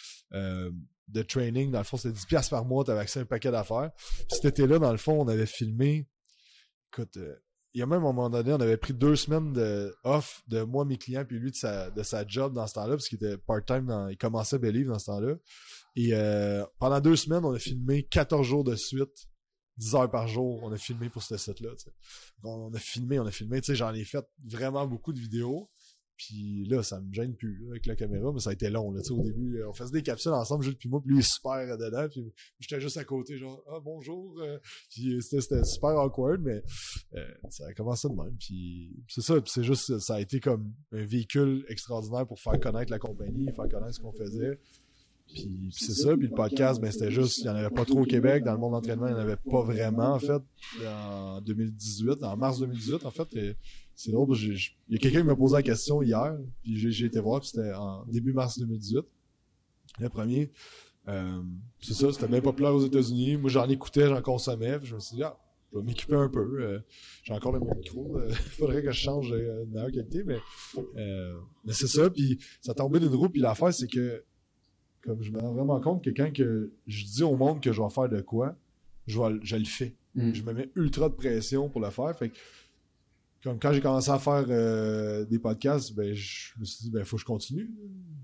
de training. Dans le fond, c'était 10$ par mois, t'avais accès à un paquet d'affaires. Puis cet été-là, dans le fond, on avait filmé, écoute, il y a même un moment donné, on avait pris 2 semaines de off de moi, mes clients, puis lui de sa job dans ce temps-là, parce qu'il était part-time, il commençait Believe dans ce temps-là. Et pendant 2 semaines, on a filmé 14 jours de suite, 10 heures par jour, on a filmé pour ce site-là. T'sais. On a filmé, tu sais, j'en ai fait vraiment beaucoup de vidéos. Puis là, ça me gêne plus là, avec la caméra, mais ça a été long. Là, au début, on faisait des capsules ensemble, Jules puis moi, puis lui il est super dedans, puis j'étais juste à côté, genre « Ah, bonjour! » Puis c'était super awkward, mais ça a commencé de même. Puis c'est ça, puis c'est juste, ça a été comme un véhicule extraordinaire pour faire connaître la compagnie, faire connaître ce qu'on faisait. Puis c'est ça, puis le podcast, ben c'était juste, il n'y en avait pas trop au Québec, dans le monde d'entraînement, il n'y en avait pas vraiment, en fait, en 2018, en mars 2018, en fait, et c'est drôle, il y a quelqu'un qui m'a posé la question hier, puis j'ai été voir, puis c'était en début mars 2018, le premier, c'est ça, c'était bien populaire aux États-Unis, moi j'en écoutais, j'en consommais, puis je me suis dit, je vais m'équiper un peu, j'ai encore le même micro, il faudrait que je change de meilleure qualité, mais c'est ça, puis ça tombait d'une roue, puis l'affaire, c'est que comme je me rends vraiment compte que quand que je dis au monde que je vais faire de quoi, je le fais. Je me mets ultra de pression pour le faire. Fait que, comme quand j'ai commencé à faire des podcasts, ben je me suis dit ben faut que je continue.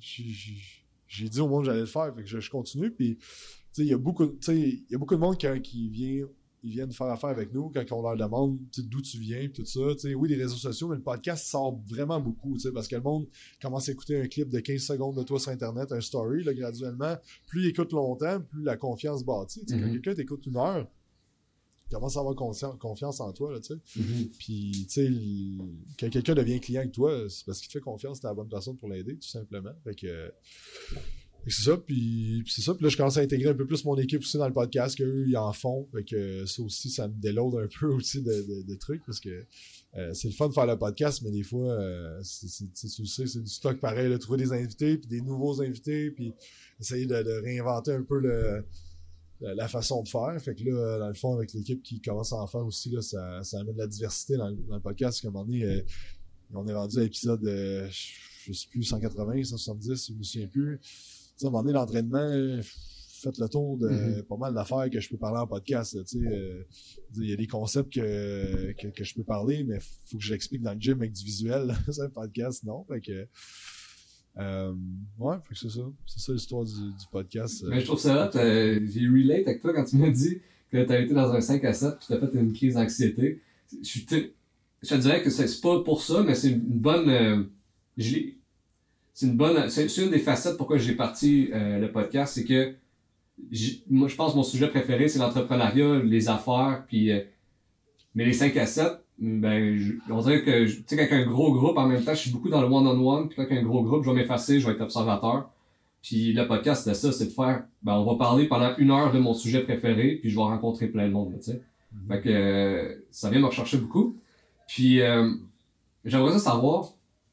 J'ai dit au monde que j'allais le faire, fait que je continue. Puis il y a beaucoup de monde qui vient. Ils viennent faire affaire avec nous quand on leur demande d'où tu viens et tout ça. Oui, les réseaux sociaux, mais le podcast sort vraiment beaucoup parce que le monde commence à écouter un clip de 15 secondes de toi sur Internet, un story, là, graduellement. Plus il écoute longtemps, plus la confiance bâtit. Quand quelqu'un t'écoute 1 heure, il commence à avoir confiance en toi. Puis, quand quelqu'un devient client avec toi, c'est parce qu'il te fait confiance, t'es la bonne personne pour l'aider, tout simplement. Fait que c'est ça, puis c'est ça. Puis là, je commence à intégrer un peu plus mon équipe aussi dans le podcast, qu'eux, ils en font. Fait que ça aussi, ça me déload un peu aussi de trucs, parce que c'est le fun de faire le podcast, mais des fois, tu sais, c'est du stock pareil, là, trouver des invités, puis des nouveaux invités, puis essayer de réinventer un peu la façon de faire. Fait que là, dans le fond, avec l'équipe qui commence à en faire aussi, là, ça amène de la diversité dans le podcast. Comme on est rendu à l'épisode, je sais plus, 180, 170, je me souviens plus. À un moment donné, l'entraînement, faites le tour de pas mal d'affaires que je peux parler en podcast. Il y a des concepts que je peux parler, mais faut que je l'explique dans le gym avec du visuel. C'est un podcast, non. Fait que, fait que c'est ça. C'est ça l'histoire du podcast. Mais je trouve ça hot. J'ai relate avec toi quand tu m'as dit que tu avais été dans un 5 à 7 et tu as fait une crise d'anxiété. Je te dirais que c'est pas pour ça, mais c'est une bonne... c'est une des facettes pourquoi j'ai parti le podcast, c'est que moi je pense que mon sujet préféré c'est l'entrepreneuriat, les affaires, puis Mais les 5 à 7, ben, on dirait que, tu sais, qu'avec un gros groupe, en même temps, je suis beaucoup dans le one-on-one, puis avec un gros groupe, je vais m'effacer, je vais être observateur. Puis le podcast, c'était ça, c'est de faire, ben, on va parler pendant 1 heure de mon sujet préféré, puis je vais rencontrer plein de monde, tu sais. Fait que, ça vient me rechercher beaucoup. Puis, j'aimerais ça savoir,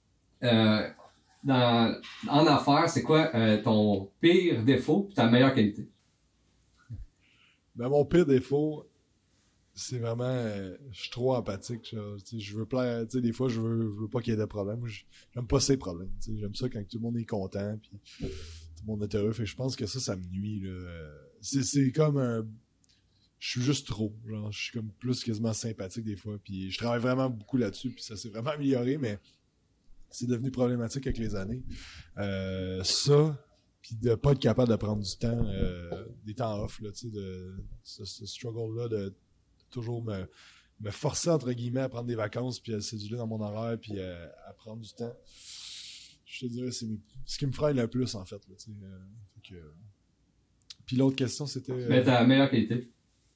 en affaires, c'est quoi ton pire défaut puis ta meilleure qualité? Ben, mon pire défaut, c'est vraiment, je suis trop empathique. Je veux plaire, tu sais, des fois, je veux pas qu'il y ait de problèmes. J'aime pas ces problèmes. J'aime ça quand tout le monde est content, puis tout le monde est heureux. Fait que je pense que ça me nuit. Là. C'est comme un. Je suis juste trop. Genre, je suis comme plus quasiment sympathique des fois. Puis je travaille vraiment beaucoup là-dessus, puis ça s'est vraiment amélioré, mais c'est devenu problématique avec les années. Ça. Puis de pas être capable de prendre du temps, des temps off, là, tu sais, de ce struggle-là de toujours me forcer, entre guillemets, à prendre des vacances, puis à céduler dans mon horaire, puis à prendre du temps. Je te dirais, c'est ce qui me freine le plus, en fait, là, tu sais. Puis l'autre question, c'était... Ben, ta meilleure qualité?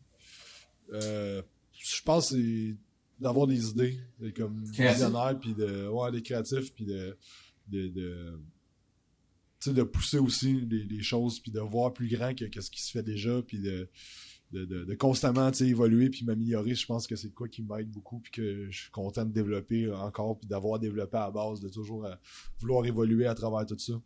Je pense que c'est d'avoir des idées, comme visionnaire, puis des créatifs, puis tu sais, de pousser aussi les choses, puis de voir plus grand que ce qui se fait déjà, puis de constamment, tu sais, évoluer, puis m'améliorer. Je pense que c'est quoi qui m'aide beaucoup, puis que je suis content de développer encore, puis d'avoir développé à la base, de toujours vouloir évoluer à travers tout ça.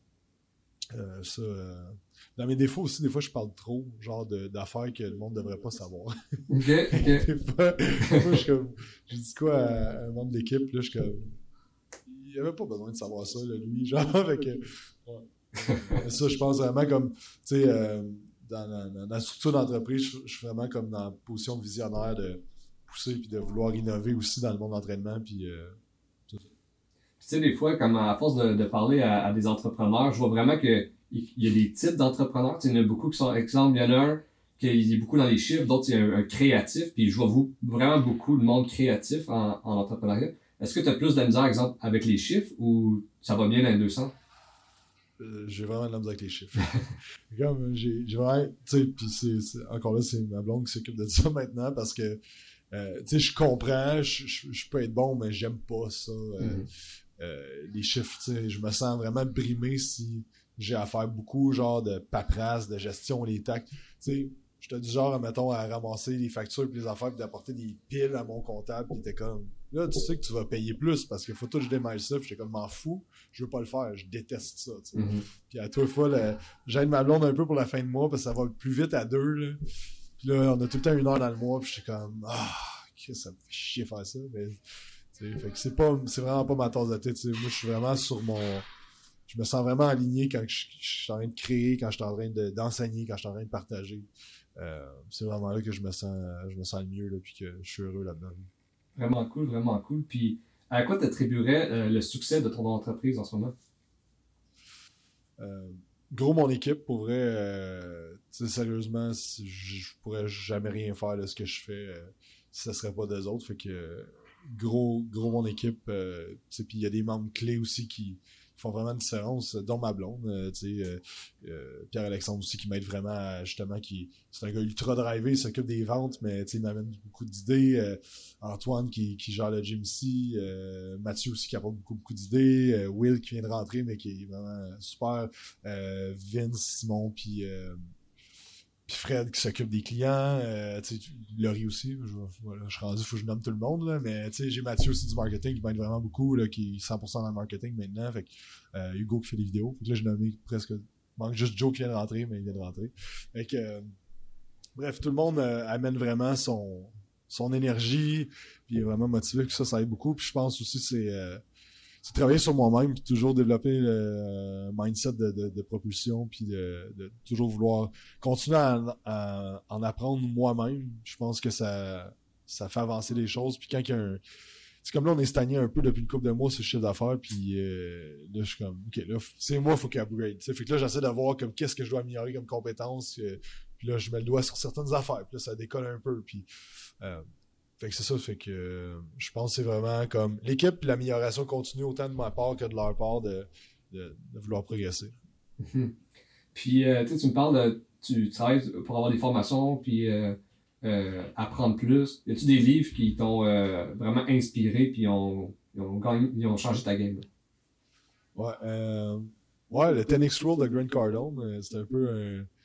Dans mes défauts aussi, des fois, je parle trop, genre d'affaires que le monde devrait pas savoir. Ok. Des fois, je suis comme, je dis quoi à un membre de l'équipe, là, je suis comme, il avait pas besoin de savoir ça, là, lui, genre, avec ouais. Ça, je pense vraiment comme, tu sais, dans la structure d'entreprise, je suis vraiment comme dans la position de visionnaire de pousser puis de vouloir innover aussi dans le monde d'entraînement. Puis, Tu sais, des fois, comme à force de parler à des entrepreneurs, je vois vraiment qu'il y a des types d'entrepreneurs. Tu sais, il y en a beaucoup qui sont, exemple, il y en a un qui est beaucoup dans les chiffres, d'autres, il y a un créatif, puis je vois vraiment beaucoup de monde créatif en entrepreneuriat. Est-ce que tu as plus de la misère, exemple, avec les chiffres ou ça va bien dans les deux sens? j'ai vraiment de la misère avec les chiffres. Comme j'ai vraiment, tu sais, puis encore là, c'est ma blonde qui s'occupe de ça maintenant parce que, tu sais, je comprends, je peux être bon, mais j'aime pas ça. Les chiffres, tu sais, je me sens vraiment brimé si j'ai à faire beaucoup, genre, de paperasse, de gestion, les taxes. Tu sais, j'étais du genre, mettons, à ramasser les factures et les affaires puis d'apporter des piles à mon comptable puis t'es comme, là, tu sais que tu vas payer plus parce qu'il faut tout que je démêle ça puis j'étais comme, m'en fous, je veux pas le faire, je déteste ça, tu sais. Puis à toute fois, j'aide ma blonde un peu pour la fin de mois parce que ça va plus vite à 2, là. Puis là, on a tout le temps 1 heure dans le mois puis j'étais comme, ça me fait chier faire ça, mais... Fait que c'est vraiment pas ma tasse de thé. Moi, je suis vraiment je me sens vraiment aligné quand je suis en train de créer, quand je suis en train d'enseigner, quand je suis en train de partager. C'est vraiment là que je me sens le mieux, là, puis que je suis heureux là-dedans. Vraiment cool, vraiment cool. Puis, à quoi t'attribuerais le succès de ton entreprise en ce moment? Gros, mon équipe, pour vrai, sérieusement, je pourrais jamais rien faire de ce que je fais si ce serait pas d'eux autres. Fait que gros mon équipe, puis il y a des membres clés aussi qui font vraiment une différence, dont ma blonde, Pierre-Alexandre aussi qui m'aide vraiment justement, c'est un gars ultra drivé, il s'occupe des ventes, mais il m'amène beaucoup d'idées. Antoine qui gère le gym ici, Mathieu aussi qui apporte beaucoup d'idées, Will qui vient de rentrer mais qui est vraiment super, Vince, Simon, puis Fred qui s'occupe des clients, Laurie aussi, je suis rendu, faut que je nomme tout le monde, là, mais j'ai Mathieu aussi du marketing qui m'aide vraiment beaucoup, là, qui est 100% dans le marketing maintenant, fait que, Hugo qui fait des vidéos, fait que là j'ai nommé presque, manque juste Joe qui vient de rentrer, mais il vient de rentrer, fait que, bref, tout le monde amène vraiment son énergie, puis il est vraiment motivé, puis ça aide beaucoup, puis je pense aussi c'est travailler sur moi-même, puis toujours développer le mindset de propulsion, puis de toujours vouloir continuer à en apprendre moi-même. Je pense que ça fait avancer les choses. Puis quand il y a c'est comme là, on est stagné un peu depuis une couple de mois sur le chiffre d'affaires, puis là, je suis comme, OK, là, c'est moi, il faut qu'il upgrade. Fait que là, j'essaie de voir comme qu'est-ce que je dois améliorer comme compétence, puis là, je mets le doigt sur certaines affaires, puis là, ça décolle un peu, puis... fait que c'est ça, fait que je pense que c'est vraiment comme l'équipe et l'amélioration continue autant de ma part que de leur part de vouloir progresser. Puis, tu me parles tu travailles pour avoir des formations, puis apprendre plus? Y a-tu des livres qui t'ont vraiment inspiré puis ils ont changé ta game? Ouais, le 10x Rule de Grant Cardone, c'est un peu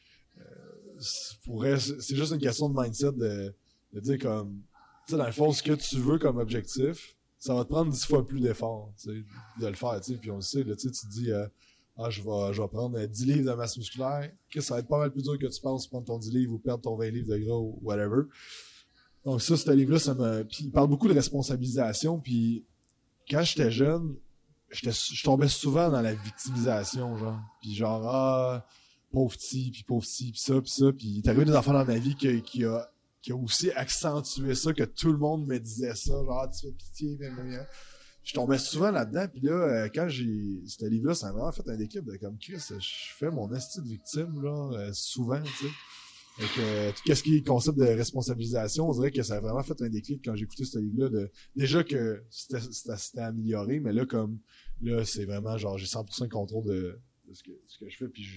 c'est juste une question de mindset de dire comme, tu sais, dans le fond, ce que tu veux comme objectif, ça va te prendre 10 fois plus d'efforts, tu sais, de le faire, tu sais, puis on le sait, là, tu sais, tu te dis, je vais prendre 10 livres de masse musculaire, que ça va être pas mal plus dur que tu penses prendre ton 10 livres ou perdre ton 20 livres de gras ou whatever. Donc ça, ce livre-là, puis il parle beaucoup de responsabilisation, puis quand j'étais jeune, je tombais souvent dans la victimisation, genre. Puis genre, pauvre petit, puis ça, puis il est arrivé des affaires dans ma vie qui a aussi accentué ça, que tout le monde me disait ça, genre, tu fais pitié, mais je tombais souvent là-dedans, puis là, quand j'ai ce livre-là, ça m'a vraiment fait un déclic de comme Chris, je fais mon esti de victime, là, souvent, tu sais. Donc, qu'est-ce qui est le concept de responsabilisation, on dirait que ça a vraiment fait un déclic quand j'ai écouté ce livre-là. Déjà que c'était amélioré, mais là, c'est vraiment genre, j'ai 100% de contrôle de ce que je fais, puis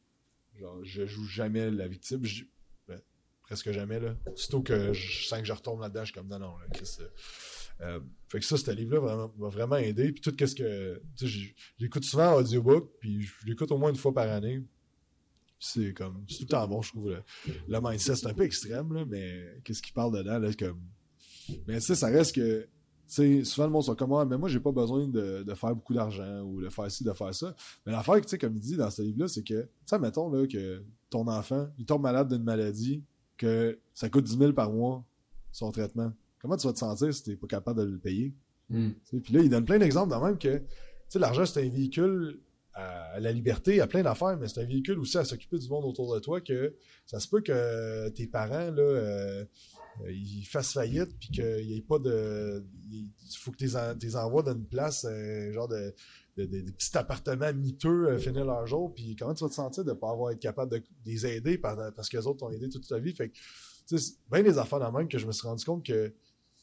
je joue jamais la victime. Presque jamais, là. Surtout que je sens que je retombe là-dedans, je suis comme, non, là, Chris. Fait que ça, ce livre-là m'a vraiment aidé. Puis tout qu'est-ce que... Tu sais, j'écoute souvent en audiobook, puis je l'écoute au moins une fois par année. C'est tout le temps bon, je trouve. Le mindset, c'est un peu extrême, là, mais qu'est-ce qu'il parle dedans, là, comme... Mais tu sais, ça reste que... Tu sais, souvent, le monde sont comme, mais moi, j'ai pas besoin de faire beaucoup d'argent ou de faire ci, de faire ça. Mais l'affaire, tu sais, comme il dit dans ce livre-là, c'est que, tu sais, mettons, là, que ton enfant, il tombe malade d'une maladie, que ça coûte 10 000 par mois, son traitement. Comment tu vas te sentir si t'es pas capable de le payer? Puis là, il donne plein d'exemples, dans même que, tu sais, l'argent, c'est un véhicule à la liberté, à plein d'affaires, mais c'est un véhicule aussi à s'occuper du monde autour de toi, que ça se peut que tes parents, là, ils fassent faillite, puis qu'il n'y ait pas de... Il faut que t'es envoies dans une place, genre de petits appartements miteux, finir leur jour, puis comment tu vas te sentir de ne pas avoir été capable de les aider parce que les autres t'ont aidé toute ta vie? Fait que, tu sais, c'est bien des affaires dans le même que je me suis rendu compte que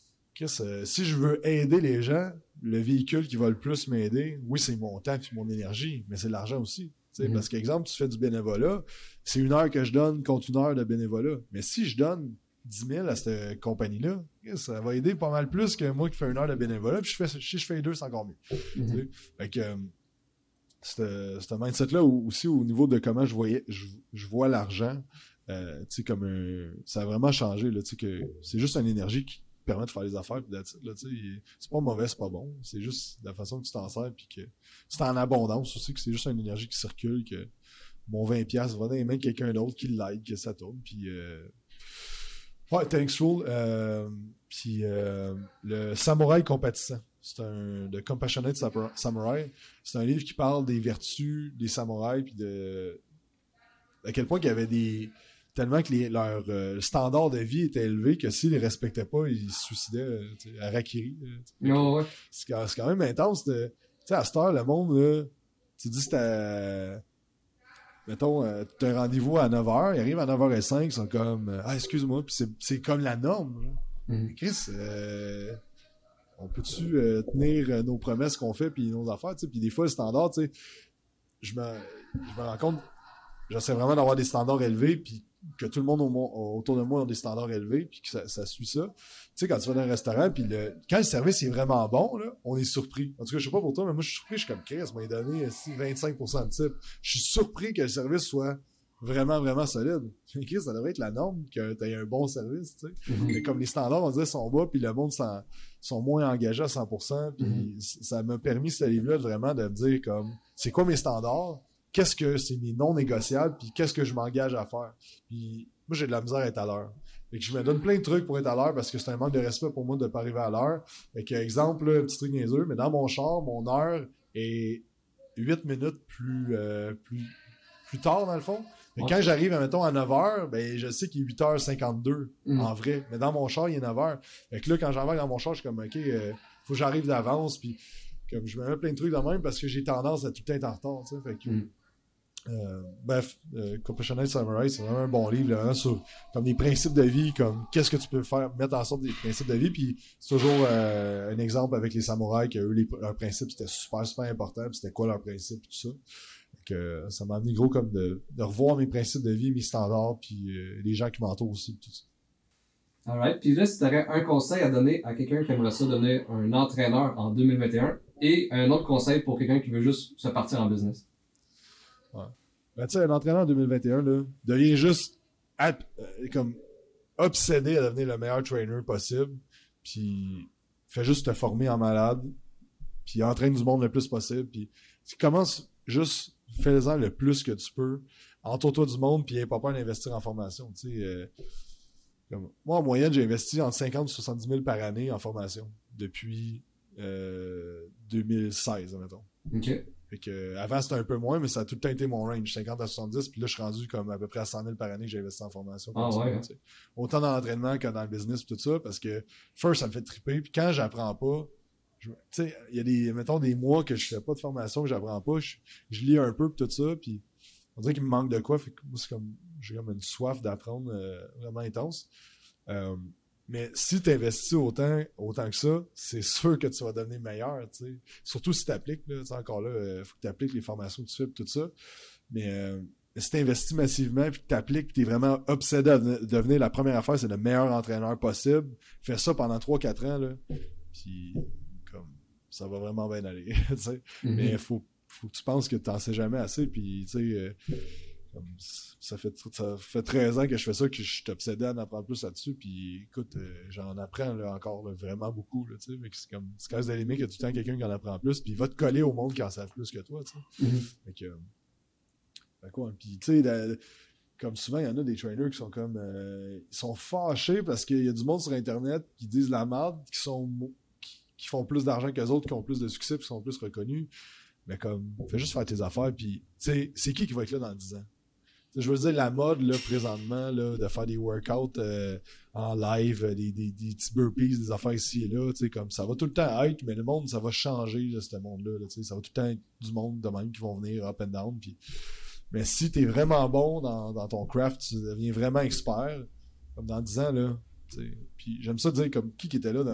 si je veux aider les gens, le véhicule qui va le plus m'aider, oui, c'est mon temps et mon énergie, mais c'est l'argent aussi. Parce qu'exemple, tu fais du bénévolat, c'est 1 heure que je donne contre 1 heure de bénévolat. Mais si je donne 10 000 à cette compagnie-là, ça va aider pas mal plus que moi qui fais 1 heure de bénévolat, puis si je fais 2, c'est encore mieux. Fait que ce mindset-là, aussi au niveau de comment je vois l'argent, comme ça a vraiment changé, là, que c'est juste une énergie qui permet de faire les affaires, puis c'est pas mauvais, c'est pas bon, c'est juste la façon que tu t'en sers, puis que c'est en abondance aussi, que c'est juste une énergie qui circule, que mon 20$ va dans les mains de quelqu'un d'autre qui l'aide, que ça tourne, puis ouais, Thanks Rule, puis le Samouraï compatissant, de Compassionate Samurai, c'est un livre qui parle des vertus des samouraïs, puis à quel point il y avait tellement que leur standard de vie était élevé que s'ils les respectaient pas, ils se suicidaient à Harakiri. Ouais. C'est quand même intense. Tu sais, à cette heure, le monde, là, tu dis mettons, tu as un rendez-vous à 9h, ils arrivent à 9h05, ils sont comme excuse-moi, puis c'est comme la norme. Chris, on peut-tu tenir nos promesses qu'on fait puis nos affaires, tu sais, puis des fois le standard, tu sais, je me rends compte, j'essaie vraiment d'avoir des standards élevés, puis que tout le monde autour de moi a des standards élevés, puis que ça suit ça. Tu sais, quand tu vas dans un restaurant, puis quand le service est vraiment bon, là, on est surpris. En tout cas, je sais pas pour toi, mais moi, je suis surpris, je suis comme Chris, m'a donné 25% de type. Je suis surpris que le service soit vraiment, vraiment solide. Chris, ça devrait être la norme que tu aies un bon service, tu sais. Mais comme les standards, on dirait, sont bas, puis le monde sont moins engagés à 100%, puis ça m'a permis, ce livre-là, vraiment de me dire, comme, c'est quoi mes standards? Qu'est-ce que c'est mes non négociables, puis qu'est-ce que je m'engage à faire. Puis moi, j'ai de la misère à être à l'heure. Fait que je me donne plein de trucs pour être à l'heure parce que c'est un manque de respect pour moi de ne pas arriver à l'heure. Fait que, exemple, là, un petit truc niaiseux, mais dans mon char, mon heure est 8 minutes plus tard, dans le fond. Mais quand j'arrive, mettons, à 9h, ben, je sais qu'il est 8h52 en vrai. Mais dans mon char, il est 9h. Fait que là, quand j'embarque dans mon char, je suis comme, OK, faut que j'arrive d'avance. Puis comme je me mets plein de trucs de même parce que j'ai tendance à tout le temps être en retard. Tu sais. Fait que, bref, Compassionate Samurai, c'est vraiment un bon livre là, sur comme des principes de vie, comme qu'est-ce que tu peux faire, mettre en sorte des principes de vie, puis c'est toujours un exemple avec les samouraïs, que eux, leurs principes, c'était super, super important, puis c'était quoi leurs principes, tout ça. Donc, ça m'a amené gros comme de revoir mes principes de vie, mes standards, puis les gens qui m'entourent aussi, tout ça. Alright. Puis là, si tu aurais un conseil à donner à quelqu'un qui aimerait ça devenir un entraîneur en 2021 et un autre conseil pour quelqu'un qui veut juste se partir en business. Ouais. Ben, tu sais, un entraîneur en 2021, là, devient juste comme obsédé à devenir le meilleur trainer possible. Puis fais juste te former en malade. Puis entraîne du monde le plus possible. Puis tu commences juste, fais-en le plus que tu peux. Entoure-toi du monde, puis n'aie pas peur d'investir en formation. Tu sais, moi, en moyenne, j'ai investi entre 50 et 70 000 par année en formation depuis 2016, mettons. OK. Fait que, avant, c'était un peu moins, mais ça a tout le temps été mon range, 50 à 70. Puis là, je suis rendu comme à peu près à 100 000 par année que j'ai investi en formation. Ah ouais, hein? Autant dans l'entraînement que dans le business et tout ça, parce que, first, ça me fait triper. Puis quand j'apprends pas, tu sais, il y a des mois que je fais pas de formation, que j'apprends pas, je lis un peu pis tout ça, puis on dirait qu'il me manque de quoi. Fait que moi, j'ai comme une soif d'apprendre vraiment intense. Mais si tu investis autant que ça, c'est sûr que tu vas devenir meilleur, tu sais. Surtout si tu appliques, là, encore là, faut que tu appliques les formations que tu fais et tout ça. Mais si tu investis massivement et que tu appliques, tu es vraiment obsédé à devenir la première affaire, c'est le meilleur entraîneur possible. Fais ça pendant 3-4 ans, là. Puis comme ça va vraiment bien aller. Tu sais. Mm-hmm. Mais faut que tu penses que tu n'en sais jamais assez. Puis tu sais, ça fait 13 ans que je fais ça, que je suis obsédé à en apprendre plus là-dessus. Puis écoute, j'en apprends là, encore là, vraiment beaucoup. Là, tu sais, mais c'est comme sky's the limit, qu'il y a tout le temps quelqu'un qui en apprend plus. Puis il va te coller au monde qui en savent plus que toi. Tu sais. Mm-hmm. Fait que, quoi. Puis tu sais, comme souvent, il y en a des trainers qui sont comme ils sont fâchés parce qu'il y a du monde sur Internet qui disent la merde, qui font plus d'argent qu'eux autres, qui ont plus de succès, qui sont plus reconnus. Mais comme, fais juste faire tes affaires, puis tu sais, c'est qui va être là dans 10 ans? T'sais, je veux dire, la mode, là, présentement, là, de faire des workouts en live, des petits burpees, des affaires ici et là, tu sais, comme ça va tout le temps être, mais le monde, ça va changer, là, ce monde-là, là, tu sais, ça va tout le temps être du monde de même qui vont venir up and down, puis mais si t'es vraiment bon dans ton craft, tu deviens vraiment expert, comme dans 10 ans, là, tu sais, puis j'aime ça dire comme qui était là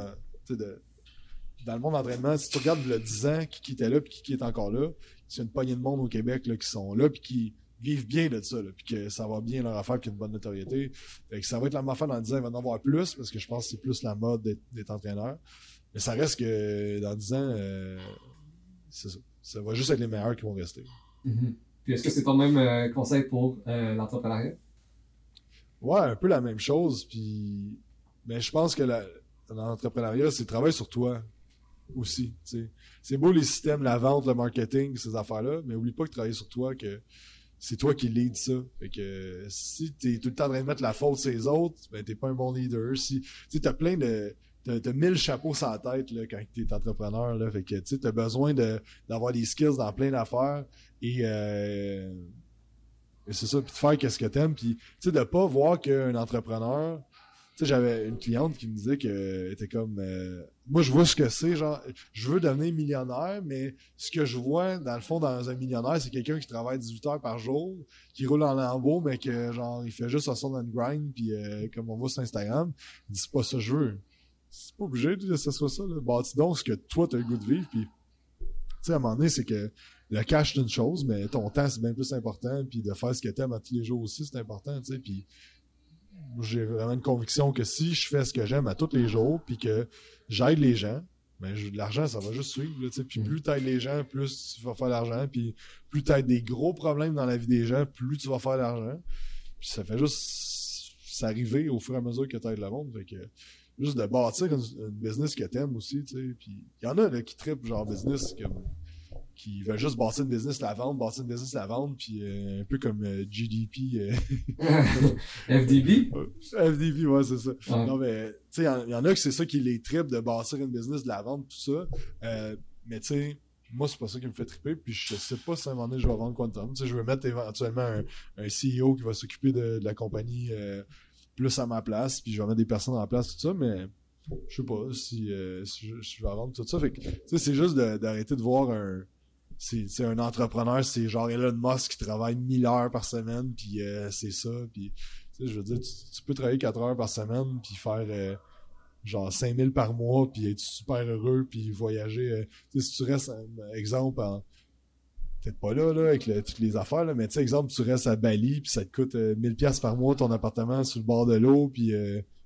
dans le monde d'entraînement, si tu regardes le 10 ans, qui était là, puis qui est encore là, c'est une poignée de monde au Québec, là, qui sont là, puis qui vivent bien de ça, puis que ça va bien leur affaire, puis qu'il y a une bonne notoriété. Fait que ça va être la même affaire dans 10 ans, il va en avoir plus, parce que je pense que c'est plus la mode d'être entraîneur. Mais ça reste que dans 10 ans, c'est ça. Ça va juste être les meilleurs qui vont rester. Mm-hmm. Puis est-ce que c'est ton même conseil pour l'entrepreneuriat? Ouais, un peu la même chose, puis mais je pense que l'entrepreneuriat, c'est travailler sur toi aussi. T'sais. C'est beau les systèmes, la vente, le marketing, ces affaires-là, mais oublie pas que travailler sur toi, que c'est toi qui lead ça. Fait que si t'es tout le temps en train de mettre la faute sur les autres, ben t'es pas un bon leader. Si t'as plein de. T'as 1000 chapeaux sur la tête là, quand t'es entrepreneur. Là, fait que t'as besoin d'avoir des skills dans plein d'affaires et c'est ça, puis de faire qu'est-ce que t'aimes. Puis de pas voir qu'un entrepreneur. Tu sais, j'avais une cliente qui me disait que était comme moi je vois ce que c'est, genre je veux devenir millionnaire, mais ce que je vois dans le fond dans un millionnaire, c'est quelqu'un qui travaille 18 heures par jour, qui roule en lambeau, mais que genre il fait juste un son and grind, puis comme on voit sur Instagram, il dit c'est pas ça que je veux. C'est pas obligé que ce soit ça, là. Bâtis donc ce que toi t'as le goût de vivre, puis tu sais à un moment donné c'est que le cash c'est une chose, mais ton temps c'est bien plus important, puis de faire ce que t'aimes à tous les jours aussi c'est important, tu sais, puis j'ai vraiment une conviction que si je fais ce que j'aime à tous les jours, puis que j'aide les gens, ben l'argent, ça va juste suivre. Là, puis plus tu aides les gens, plus tu vas faire l'argent. Puis plus tu as des gros problèmes dans la vie des gens, plus tu vas faire l'argent. Puis ça fait juste s'arriver au fur et à mesure que tu aides le monde. Fait que juste de bâtir une business que tu aimes aussi. Puis il y en a là, qui trippent genre business qui veulent juste bâtir une business, la vendre, puis un peu comme GDP. FDB? FDB, ouais, c'est ça. Ouais. Non, mais, tu sais, il y en a que c'est ça qui les trippe de bâtir une business, de la vendre, tout ça. Mais, tu sais, moi, c'est pas ça qui me fait tripper, puis je sais pas si à un moment donné, je vais vendre Quantum. Tu sais, je vais mettre éventuellement un CEO qui va s'occuper de la compagnie plus à ma place, puis je vais mettre des personnes en place, tout ça, mais je sais pas si je vais vendre tout ça. Fait que, tu sais, c'est juste d'arrêter de voir c'est un entrepreneur, c'est genre Elon Musk qui travaille 1000 heures par semaine, puis c'est ça, puis tu sais, je veux dire, tu peux travailler 4 heures par semaine, puis faire genre 5000 par mois, puis être super heureux, puis voyager. Tu sais, si tu restes, exemple, peut-être pas là avec toutes les affaires, là, mais tu sais, exemple, tu restes à Bali, puis ça te coûte 1000$ par mois ton appartement sur le bord de l'eau, puis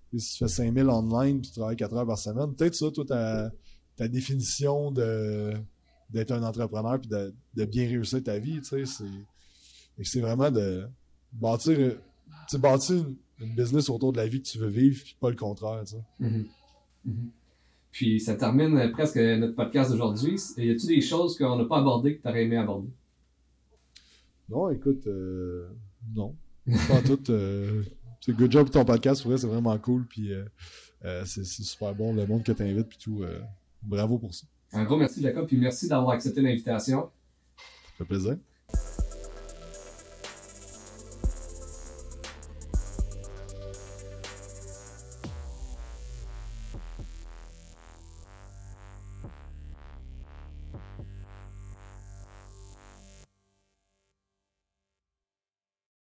Et si tu fais 5000 online puis tu travailles 4 heures par semaine, peut-être ça, toi, ta définition d'être un entrepreneur puis de bien réussir ta vie, tu sais, c'est vraiment de bâtir une business autour de la vie que tu veux vivre puis pas le contraire, tu sais. Mhm. Mhm. Puis ça termine presque notre podcast d'aujourd'hui. Y a-t-il des choses qu'on n'a pas abordées que tu aurais aimé aborder? Non, écoute, non. Pas tout. C'est good job pour ton podcast, pour vrai, c'est vraiment cool. Puis c'est super bon, le monde que tu invites, puis tout. Bravo pour ça. Un gros merci, Jacob, puis merci d'avoir accepté l'invitation. Ça fait plaisir.